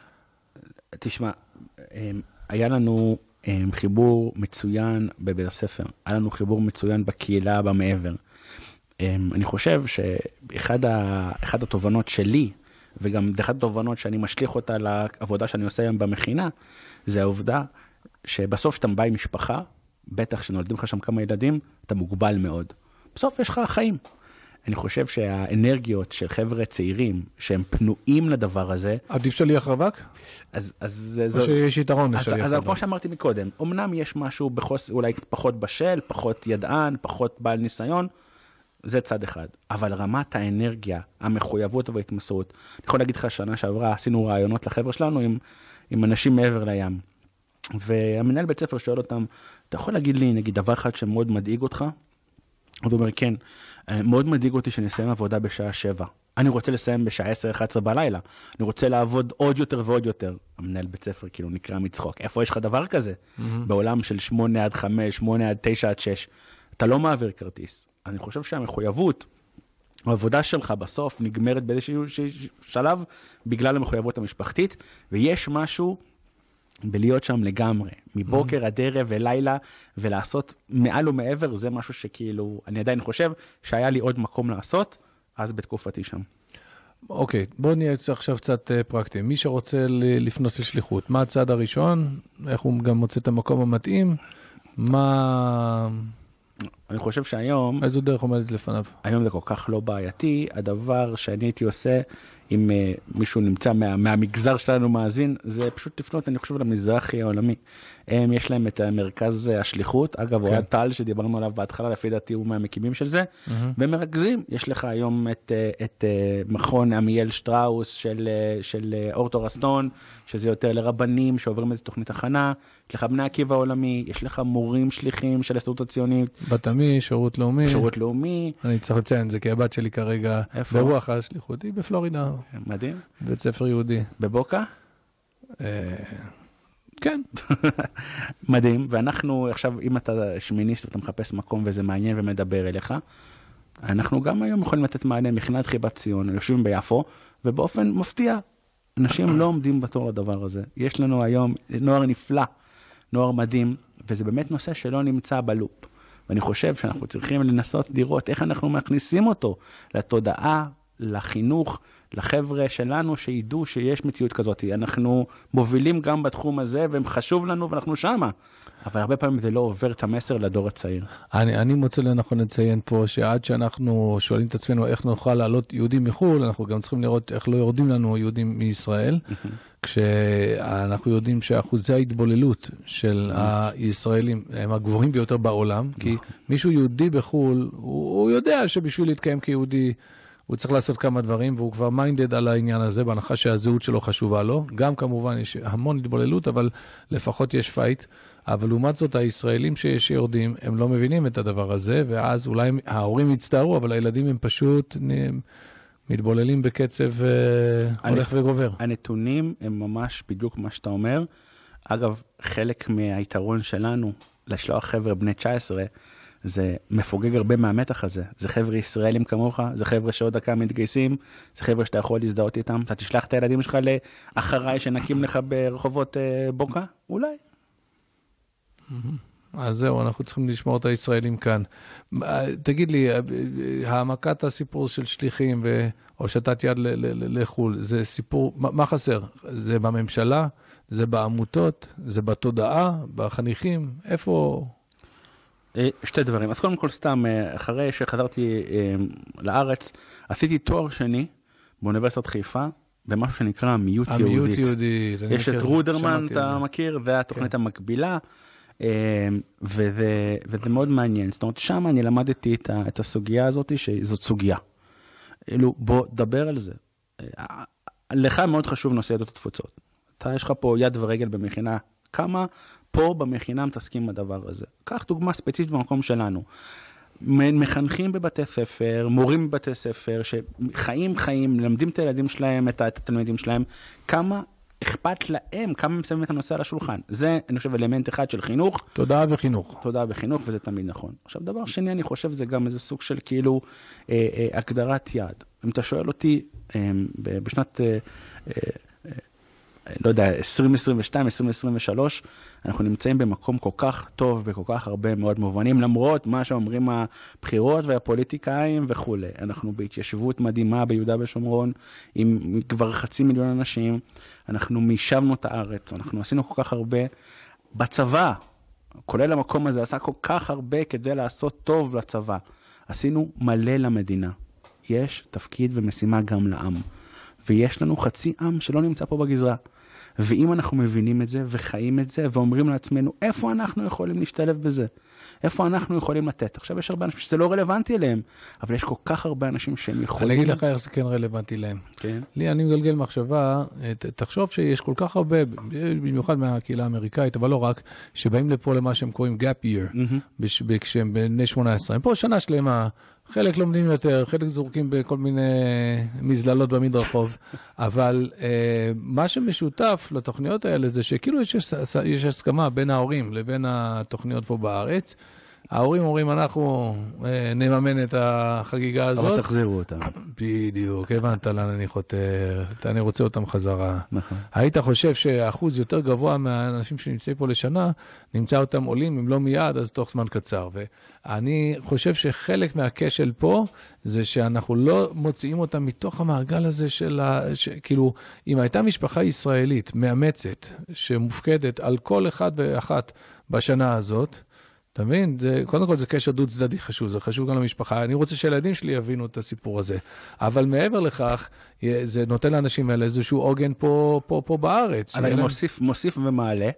תשמע, היה לנו חיבור מצוין בבית הספר, היה לנו חיבור מצוין בקהילה, במעבר. אני חושב שאחד ה... אחד התובנות שלי, וגם אחת התובנות שאני משליך אותה לעבודה שאני עושה היום במכינה, זה העובדה שבסוף שאתה בא עם משפחה, בטח שנולדים לך שם כמה ילדים, אתה מוגבל מאוד. בסוף יש לך חיים. אני חושב שהאנרגיות של חבר'ה צעירים, שהם פנויים לדבר הזה... עדיף שליח רווק? אז, אז, או שיש יתרון לשליח רווק. אז כמו רווק. שאמרתי מקודם, אמנם יש משהו בחוס, אולי פחות בשל, פחות ידען, פחות בעל ניסיון, זה צד אחד. אבל רמת האנרגיה, המחויבות וההתמסרות, אני יכול להגיד לך, שנה שעברה עשינו רעיונות לחבר'ה שלנו עם, עם אנשים מעבר לים. והמנהל בית ספר שואל אותם, אתה יכול להגיד לי, נגיד, דבר אחד שמאוד מדאיג אותך? אז הוא אומר, כן, מאוד מדאיג אותי שאני אסיים עבודה בשעה שבע. אני רוצה לסיים בשעה עשר אחת עשרה בלילה. אני רוצה לעבוד עוד יותר ועוד יותר. המנהל בית ספר כאילו נקרא מצחוק. איפה יש לך דבר כזה? Mm-hmm. בעולם של שמונה עד חמש, שמונה עד תשע עד שש. אתה לא מעביר כרטיס. אני חושב שהמחויבות, העבודה שלך בסוף נגמרת באיזשהו שלב, בגלל המחויבות המשפחתית, ויש משהו בלהיות שם לגמרי, מבוקר mm-hmm. עד ערב ולילה, ולעשות מעל ומעבר, זה משהו שכאילו, אני עדיין חושב שהיה לי עוד מקום לעשות, אז בתקופתי שם. אוקיי, בואו נהיה עכשיו קצת פרקטי. מי שרוצה לפנות לשליחות, מה הצעד הראשון? איך הוא גם מוצא את המקום המתאים? מה... אני חושב שהיום... איזו דרך עומדת לפניו? היום זה כל כך לא בעייתי. הדבר שאני הייתי עושה, אם uh, מישהו נמצא מה, מהמגזר שלנו מאזין, זה פשוט לפנות, אני חושב, למזרחי העולמי. הם, יש להם את מרכז השליחות, אגב, כן. אוהד טל, שדיברנו עליו בהתחלה, לפי דעתי הוא מהמקימים של זה, mm-hmm. ומרכזים. יש לך היום את, את uh, מכון עמיאל שטראוס של, uh, של uh, אורטו רסטון, שזה יותר לרבנים שעוברים איזו תוכנית הכנה, יש לך בני עקיבא העולמי, יש לך מורים שליחים של ההסתדרות הציונית. בת עמי, שירות לאומי. שירות לאומי. אני צריך לציין, זה כי הבת שלי כרגע ברוח השליחות, היא בפלורידה. מדהים. בית ספר יהודי. בבוקה? כן. מדהים, ואנחנו עכשיו, אם אתה שמיניסט ואתה מחפש מקום וזה מעניין ומדבר אליך, אנחנו גם היום יכולים לתת מענה מכינת חיבת ציון, יושבים ביפו, ובאופן מפתיע, אנשים לא עומדים בתור לדבר הזה. יש לנו היום נוער נפלא, נוער מדהים, וזה באמת נושא שלא נמצא בלופ. ואני חושב שאנחנו צריכים לנסות לראות איך אנחנו מכניסים אותו לתודעה, לחינוך, לחבר'ה שלנו שידעו שיש מציאות כזאת. אנחנו מובילים גם בתחום הזה, והם חשוב לנו ואנחנו שמה. אבל הרבה פעמים זה לא עובר את המסר לדור הצעיר. אני, אני מוצא לנכון לציין פה שעד שאנחנו שואלים את עצמנו איך נוכל לעלות יהודים מחול, אנחנו גם צריכים לראות איך לא יורדים לנו יהודים מישראל, כשאנחנו יודעים שאחוזי ההתבוללות של הישראלים הם הגבוהים ביותר בעולם, כי מישהו יהודי בחול, הוא, הוא יודע שבשביל להתקיים כיהודי, הוא צריך לעשות כמה דברים, והוא כבר מיינדד על העניין הזה, בהנחה שהזהות שלו חשובה לו. גם כמובן יש המון התבוללות, אבל לפחות יש פייט. אבל לעומת זאת, הישראלים שיורדים, הם לא מבינים את הדבר הזה, ואז אולי ההורים יצטערו, אבל הילדים הם פשוט מתבוללים בקצב הולך וגובר. הנתונים הם ממש בדיוק מה שאתה אומר. אגב, חלק מהיתרון שלנו, לשלוח חבר'ה בני תשע עשרה, זה מפוגג הרבה מהמתח הזה. זה חבר'ה ישראלים כמוך, זה חבר'ה שעוד דקה מתגייסים, זה חבר'ה שאתה יכול להזדהות איתם. אתה תשלח את הילדים שלך לאחריי שנקים לך ברחובות בוקה? אולי. אז זהו, אנחנו צריכים לשמור את הישראלים כאן. תגיד לי, העמקת הסיפור של שליחים והושטת יד לחול, זה סיפור, מה חסר? זה בממשלה? זה בעמותות? זה בתודעה? בחניכים? איפה... שתי דברים. אז קודם כל סתם, אחרי שחזרתי לארץ, עשיתי תואר שני באוניברסיטת חיפה, במשהו שנקרא מיעוט יהודית. המיעוט יהודית. יש את רודרמן, אתה מכיר, והתוכנית המקבילה, וזה מאוד מעניין. זאת אומרת, שם אני למדתי את הסוגיה הזאת, שזאת סוגיה. בוא, דבר על זה. לך מאוד חשוב נושא יהדות התפוצות. אתה, יש לך פה יד ורגל במכינה, כמה פה במכינה מתעסקים בדבר הזה. קח דוגמה ספציפית במקום שלנו. מחנכים בבתי ספר, מורים בבתי ספר, שחיים חיים, למדים את הילדים שלהם, את התלמידים שלהם, כמה אכפת להם, כמה הם שמים את הנושא על השולחן. זה, אני חושב, אלמנט אחד של חינוך. תודעה וחינוך. תודעה וחינוך, וזה תמיד נכון. עכשיו, דבר שני, אני חושב, זה גם איזה סוג של כאילו אה, אה, הגדרת יעד. אם אתה שואל אותי, אה, בשנת, אה, אה, לא יודע, עשרים עשרים ושתיים, עשרים עשרים ושלוש, אנחנו נמצאים במקום כל כך טוב, בכל כך הרבה מאוד מובנים, למרות מה שאומרים הבחירות והפוליטיקאים וכו'. אנחנו בהתיישבות מדהימה ביהודה ושומרון, עם כבר חצי מיליון אנשים, אנחנו מיישבנו את הארץ, אנחנו עשינו כל כך הרבה בצבא, כולל המקום הזה, עשה כל כך הרבה כדי לעשות טוב לצבא. עשינו מלא למדינה. יש תפקיד ומשימה גם לעם. ויש לנו חצי עם שלא נמצא פה בגזרה. ואם אנחנו מבינים את זה וחיים את זה ואומרים לעצמנו, איפה אנחנו יכולים להשתלב בזה? איפה אנחנו יכולים לתת? עכשיו יש הרבה אנשים שזה לא רלוונטי אליהם, אבל יש כל כך הרבה אנשים שהם יכולים... אני אגיד לך איך זה כן רלוונטי להם. כן. לי, אני מגלגל מחשבה, תחשוב שיש כל כך הרבה, במיוחד מהקהילה האמריקאית, אבל לא רק, שבאים לפה למה שהם קוראים gap year, כשהם בני שמונה עשרה. הם פה שנה שלמה, חלק לומדים יותר, חלק זורקים בכל מיני מזללות במדרחוב, אבל אה, מה שמשותף לתוכניות האלה זה שכאילו יש, יש הסכמה בין ההורים לבין התוכניות פה בארץ. ההורים אומרים, אנחנו אה, נממן את החגיגה הזאת. אבל תחזירו אותם. בדיוק, הבנת לאן אני חותר, אני רוצה אותם חזרה. נכון. היית חושב שאחוז יותר גבוה מהאנשים שנמצאים פה לשנה, נמצא אותם עולים, אם לא מיד, אז תוך זמן קצר. ואני חושב שחלק מהכשל פה, זה שאנחנו לא מוציאים אותם מתוך המעגל הזה של, ה... ש... כאילו, אם הייתה משפחה ישראלית מאמצת, שמופקדת על כל אחד ואחת בשנה הזאת, אתה מבין? זה, קודם כל זה קשר דו צדדי חשוב, זה חשוב גם למשפחה. אני רוצה שהילדים שלי יבינו את הסיפור הזה. אבל מעבר לכך, זה נותן לאנשים האלה איזשהו עוגן פה, פה, פה בארץ. אבל אני מוסיף, מוסיף ומעלה.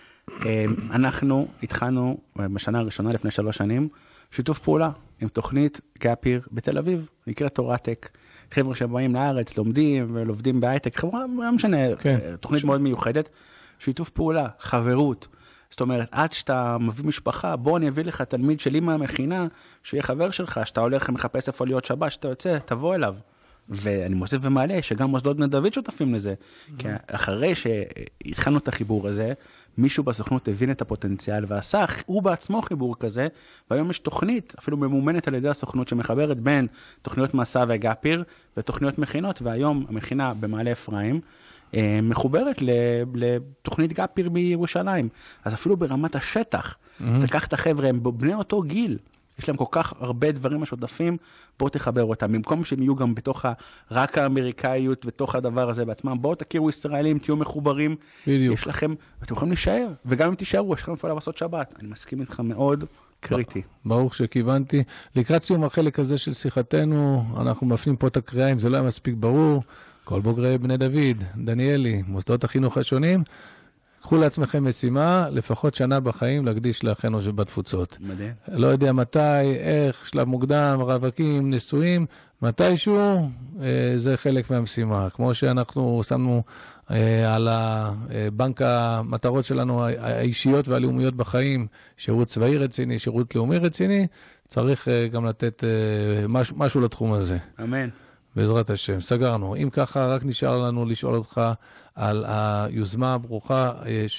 אנחנו התחלנו בשנה הראשונה לפני שלוש שנים, שיתוף פעולה עם תוכנית גאפיר בתל אביב, נקראת תורטק. חבר'ה שבאים לארץ, לומדים ולומדים בהייטק, חבר'ה, לא משנה, כן. תוכנית ש... מאוד מיוחדת. שיתוף פעולה, חברות. זאת אומרת, עד שאתה מביא משפחה, בוא אני אביא לך תלמיד שלי מהמכינה, שיהיה חבר שלך, שאתה הולך ומחפש איפה להיות שבת, שאתה יוצא, תבוא אליו. ואני מוסיף ומעלה שגם מוסדות בני דוד שותפים לזה. כי אחרי שהתחלנו את החיבור הזה, מישהו בסוכנות הבין את הפוטנציאל ועשה, הוא בעצמו חיבור כזה, והיום יש תוכנית, אפילו ממומנת על ידי הסוכנות, שמחברת בין תוכניות מסע וגאפיר, ותוכניות מכינות, והיום המכינה במעלה אפרים, מחוברת לתוכנית גאפיר בירושלים. אז אפילו ברמת השטח, תקח את החבר'ה, הם בני אותו גיל, יש להם כל כך הרבה דברים משותפים, בואו תחבר אותם. במקום שהם יהיו גם בתוך רק האמריקאיות, בתוך הדבר הזה בעצמם, בואו תכירו ישראלים, תהיו מחוברים. בדיוק. יש לכם, אתם יכולים להישאר, וגם אם תישארו, יש לכם אפילו לעשות שבת. אני מסכים איתך מאוד, קריטי. ברוך שכיוונתי. לקראת סיום החלק הזה של שיחתנו, אנחנו מפנים פה את הקריאה, אם זה לא היה מספיק ברור, כל בוגרי בני דוד, דניאלי, מוסדות החינוך השונים, קחו לעצמכם משימה, לפחות שנה בחיים להקדיש לאחינו שבתפוצות. מדהים. לא יודע מתי, איך, שלב מוקדם, רווקים, נשואים, מתישהו, אה, זה חלק מהמשימה. כמו שאנחנו שמנו אה, על הבנק המטרות שלנו, האישיות והלאומיות בחיים, שירות צבאי רציני, שירות לאומי רציני, צריך אה, גם לתת אה, משהו, משהו לתחום הזה. אמן. בעזרת השם, סגרנו. אם ככה, רק נשאר לנו לשאול אותך על היוזמה הברוכה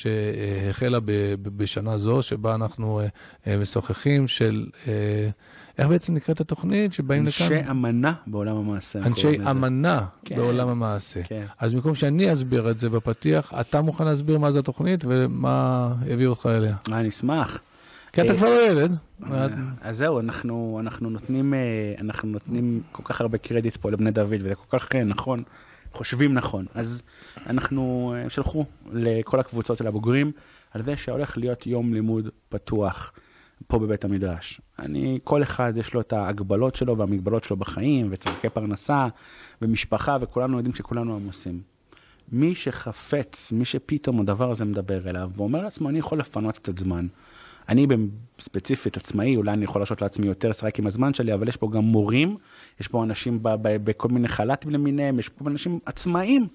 שהחלה בשנה זו, שבה אנחנו משוחחים של, איך בעצם נקראת התוכנית שבאים לכאן? אנשי אמנה בעולם המעשה. אנשי אמנה בעולם המעשה. אז במקום שאני אסביר את זה בפתיח, אתה מוכן להסביר מה זה התוכנית ומה הביא אותך אליה? אני אשמח. כי אתה כבר לא ילד. אז זהו, אנחנו, אנחנו נותנים, אנחנו נותנים כל כך הרבה קרדיט פה לבני דוד, וזה כל כך נכון, חושבים נכון. אז אנחנו שלחו לכל הקבוצות של הבוגרים, על זה שהולך להיות יום לימוד פתוח פה בבית המדרש. אני, כל אחד יש לו את ההגבלות שלו והמגבלות שלו בחיים, וצרכי פרנסה ומשפחה, וכולנו יודעים שכולנו עמוסים. מי שחפץ, מי שפתאום הדבר הזה מדבר אליו, ואומר לעצמו, אני יכול לפנות קצת זמן. אני בספציפית עצמאי, אולי אני יכול לשעות לעצמי יותר שרק עם הזמן שלי, אבל יש פה גם מורים, יש פה אנשים ב- ב- בכל מיני חלטים למיניהם, יש פה אנשים עצמאיים,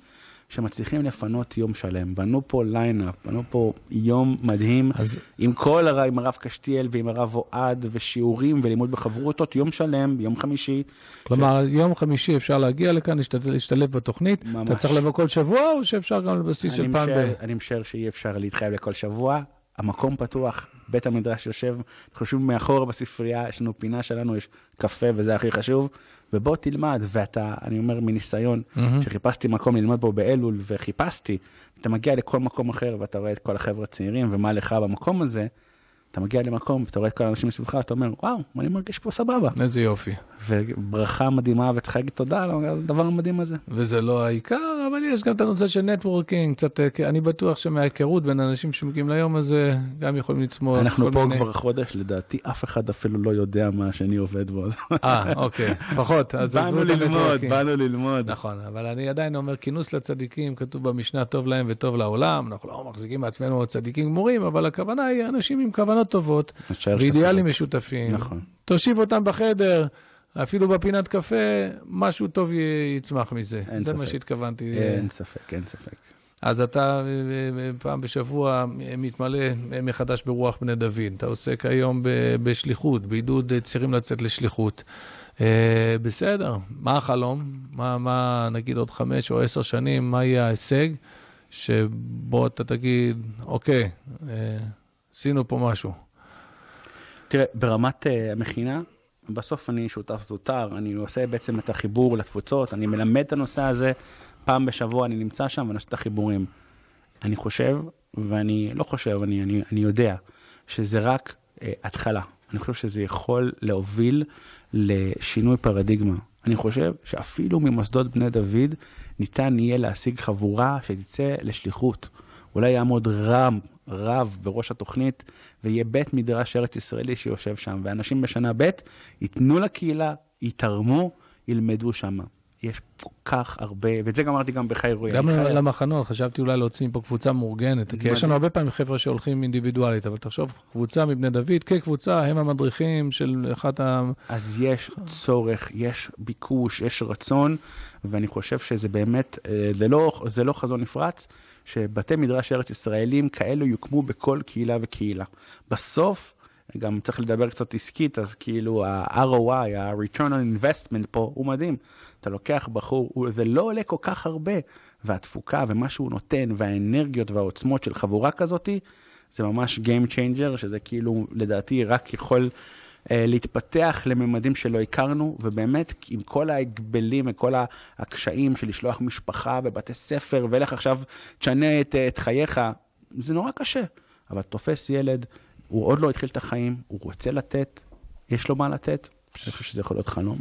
שמצליחים לפנות יום שלם. בנו פה ליינאפ, בנו פה יום מדהים, אז... עם כל הרב, עם הרב קשתיאל ועם הרב אוהד ושיעורים ולימוד בחברותות, יום שלם, יום חמישי. כלומר, ש... יום חמישי אפשר להגיע לכאן, להשתלב בתוכנית, ממש. אתה צריך לבוא כל שבוע או שאפשר גם לבסיס של פעם ב... אני משער שאי אפשר להתחייב לכל שבוע, המקום פתוח, בית המדרש יושב, חשוב מאחור בספרייה, יש לנו פינה שלנו, יש קפה וזה הכי חשוב, ובוא תלמד, ואתה, אני אומר מניסיון, mm-hmm. שחיפשתי מקום ללמוד בו באלול, וחיפשתי, אתה מגיע לכל מקום אחר, ואתה רואה את כל החבר'ה הצעירים, ומה לך במקום הזה, אתה מגיע למקום, ואתה רואה את כל האנשים מסביבך, אתה אומר, וואו, אני מרגיש פה סבבה. איזה יופי. וברכה מדהימה, וצריך להגיד תודה על הדבר המדהים הזה. וזה לא העיקר, אבל יש גם את הנושא של נטוורקינג, קצת, אני בטוח שמההיכרות בין אנשים שמגיעים ליום הזה, גם יכולים לצמור. אנחנו פה מיני... כבר חודש, לדעתי, אף אחד אפילו לא יודע מה שאני עובד בו. אה, אוקיי, פחות. באנו ללמוד, באנו ללמוד. נכון, אבל אני עדיין אומר, כינוס לצדיקים, כתוב במשנה טוב להם וטוב לעולם, אנחנו לא מחזיקים מעצמנו צדיקים גמורים, אבל הכוונה היא אנשים עם כוונות טובות, ואידיאלים משותפים. נכון. תושיב אותם בחדר, אפילו בפינת קפה, משהו טוב יצמח מזה. זה ספק. מה שהתכוונתי. אין ספק, אין ספק. אז אתה פעם בשבוע מתמלא מחדש ברוח בני דוד. אתה עוסק היום בשליחות, בעידוד צעירים לצאת לשליחות. בסדר, מה החלום? מה, מה נגיד עוד חמש או עשר שנים, מה יהיה ההישג? שבו אתה תגיד, אוקיי, עשינו פה משהו. תראה, ברמת המכינה, בסוף אני שותף זוטר, אני עושה בעצם את החיבור לתפוצות, אני מלמד את הנושא הזה, פעם בשבוע אני נמצא שם ואני עושה את החיבורים. אני חושב, ואני לא חושב, אני, אני, אני יודע, שזה רק אה, התחלה. אני חושב שזה יכול להוביל לשינוי פרדיגמה. אני חושב שאפילו ממוסדות בני דוד, ניתן יהיה להשיג חבורה שתצא לשליחות. אולי יעמוד רם, רב בראש התוכנית, ויהיה בית מדרש ארץ ישראלי שיושב שם, ואנשים בשנה ב' ייתנו לקהילה, יתרמו, ילמדו שם. יש כל כך הרבה, ואת זה גם אמרתי גם בחי רועי. גם למחנות, חשבתי אולי להוציא פה קבוצה מאורגנת, כי יש לנו הרבה פעמים חבר'ה שהולכים אינדיבידואלית, אבל תחשוב, קבוצה מבני דוד, כקבוצה, הם המדריכים של אחת ה... אז יש צורך, יש ביקוש, יש רצון, ואני חושב שזה באמת, זה לא, זה לא חזון נפרץ, שבתי מדרש ארץ ישראלים כאלו יוקמו בכל קהילה וקהילה. בסוף, גם צריך לדבר קצת עסקית, אז כאילו ה-אר או איי, ה-Return on Investment פה, הוא מדהים. אתה לוקח בחור, זה לא עולה כל כך הרבה, והתפוקה ומה שהוא נותן, והאנרגיות והעוצמות של חבורה כזאת, זה ממש Game Changer, שזה כאילו לדעתי רק יכול אה, להתפתח לממדים שלא הכרנו, ובאמת עם כל ההגבלים, וכל הקשיים של לשלוח משפחה בבתי ספר, ולך עכשיו תשנה את, את חייך, זה נורא קשה. אבל תופס ילד, הוא עוד לא התחיל את החיים, הוא רוצה לתת, יש לו מה לתת, אני חושב שזה יכול להיות חלום.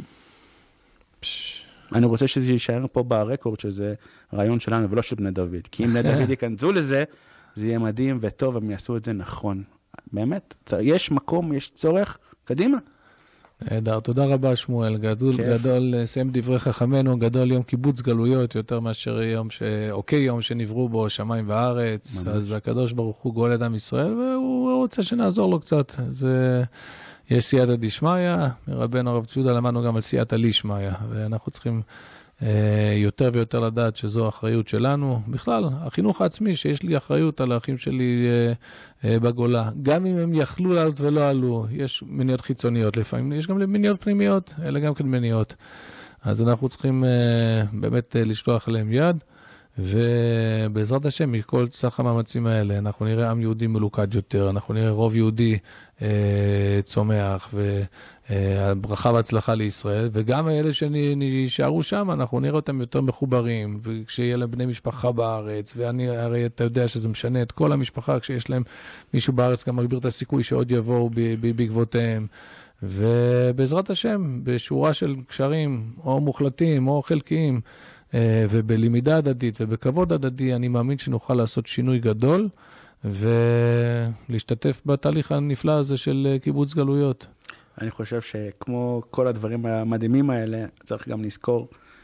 אני רוצה שזה יישאר פה ברקורד, שזה רעיון שלנו, ולא של בני דוד. כי אם בני דוד ייכנסו לזה, זה יהיה מדהים וטוב, הם יעשו את זה נכון. באמת, יש מקום, יש צורך, קדימה. נהדר, תודה רבה שמואל, גדול, גדול, סיים דברי חכמנו, גדול יום קיבוץ גלויות, יותר מאשר יום ש... אוקיי, יום שנבראו בו שמיים וארץ, ממש. אז הקדוש ברוך הוא גואל את עם ישראל, והוא רוצה שנעזור לו קצת. זה... יש סייעתא דשמיא, מרבנו הרב ציודה למדנו גם על סייעתא לישמיא, ואנחנו צריכים אה, יותר ויותר לדעת שזו האחריות שלנו. בכלל, החינוך העצמי, שיש לי אחריות על האחים שלי אה, אה, בגולה, גם אם הם יכלו לעלות ולא עלו, יש מניעות חיצוניות לפעמים, יש גם מניעות פנימיות, אלה גם כן מניעות. אז אנחנו צריכים אה, באמת אה, לשלוח להם יד, ובעזרת השם, מכל סך המאמצים האלה, אנחנו נראה עם יהודי מלוכד יותר, אנחנו נראה רוב יהודי אה, צומח, והברכה והצלחה לישראל, וגם האלה שנשארו שם, אנחנו נראה אותם יותר מחוברים, וכשיהיה להם בני משפחה בארץ, ואני הרי אתה יודע שזה משנה את כל המשפחה, כשיש להם מישהו בארץ, גם מגביר את הסיכוי שעוד יבואו בעקבותיהם, ובעזרת השם, בשורה של קשרים, או מוחלטים, או חלקיים, ובלמידה הדדית ובכבוד הדדי, אני מאמין שנוכל לעשות שינוי גדול, ולהשתתף בתהליך הנפלא הזה של קיבוץ גלויות. אני חושב שכמו כל הדברים המדהימים האלה, צריך גם לזכור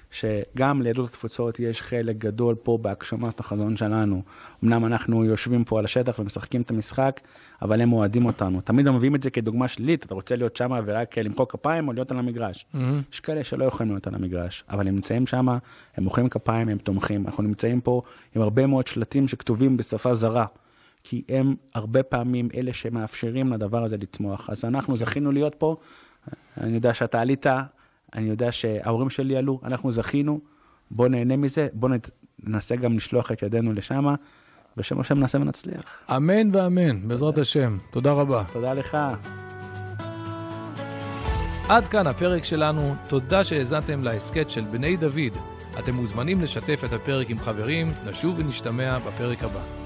שגם ליהדות התפוצות יש חלק גדול פה בהגשמת החזון שלנו. אמנם אנחנו יושבים פה על השטח ומשחקים את המשחק, אבל הם אוהדים אותנו. תמיד הם מביאים את זה כדוגמה שלילית, אתה רוצה להיות שם ורק למחוא כפיים או להיות על המגרש. Mm-hmm. יש כאלה שלא יכולים להיות על המגרש, אבל הם נמצאים שם, הם מוחאים כפיים, הם תומכים. אנחנו נמצאים פה עם הרבה מאוד שלטים שכתובים בשפה זרה, כי הם הרבה פעמים אלה שמאפשרים לדבר הזה לצמוח. אז אנחנו זכינו להיות פה, אני יודע שאתה עלית, אני יודע שההורים שלי עלו, אנחנו זכינו, בוא נהנה מזה, בוא ננסה גם לשלוח את ידינו לשם, בשם השם נעשה ונצליח. אמן ואמן, בעזרת השם. תודה רבה. תודה לך. עד כאן הפרק שלנו, תודה שהאזנתם להסכת של בני דוד. אתם מוזמנים לשתף את הפרק עם חברים, נשוב ונשתמע בפרק הבא.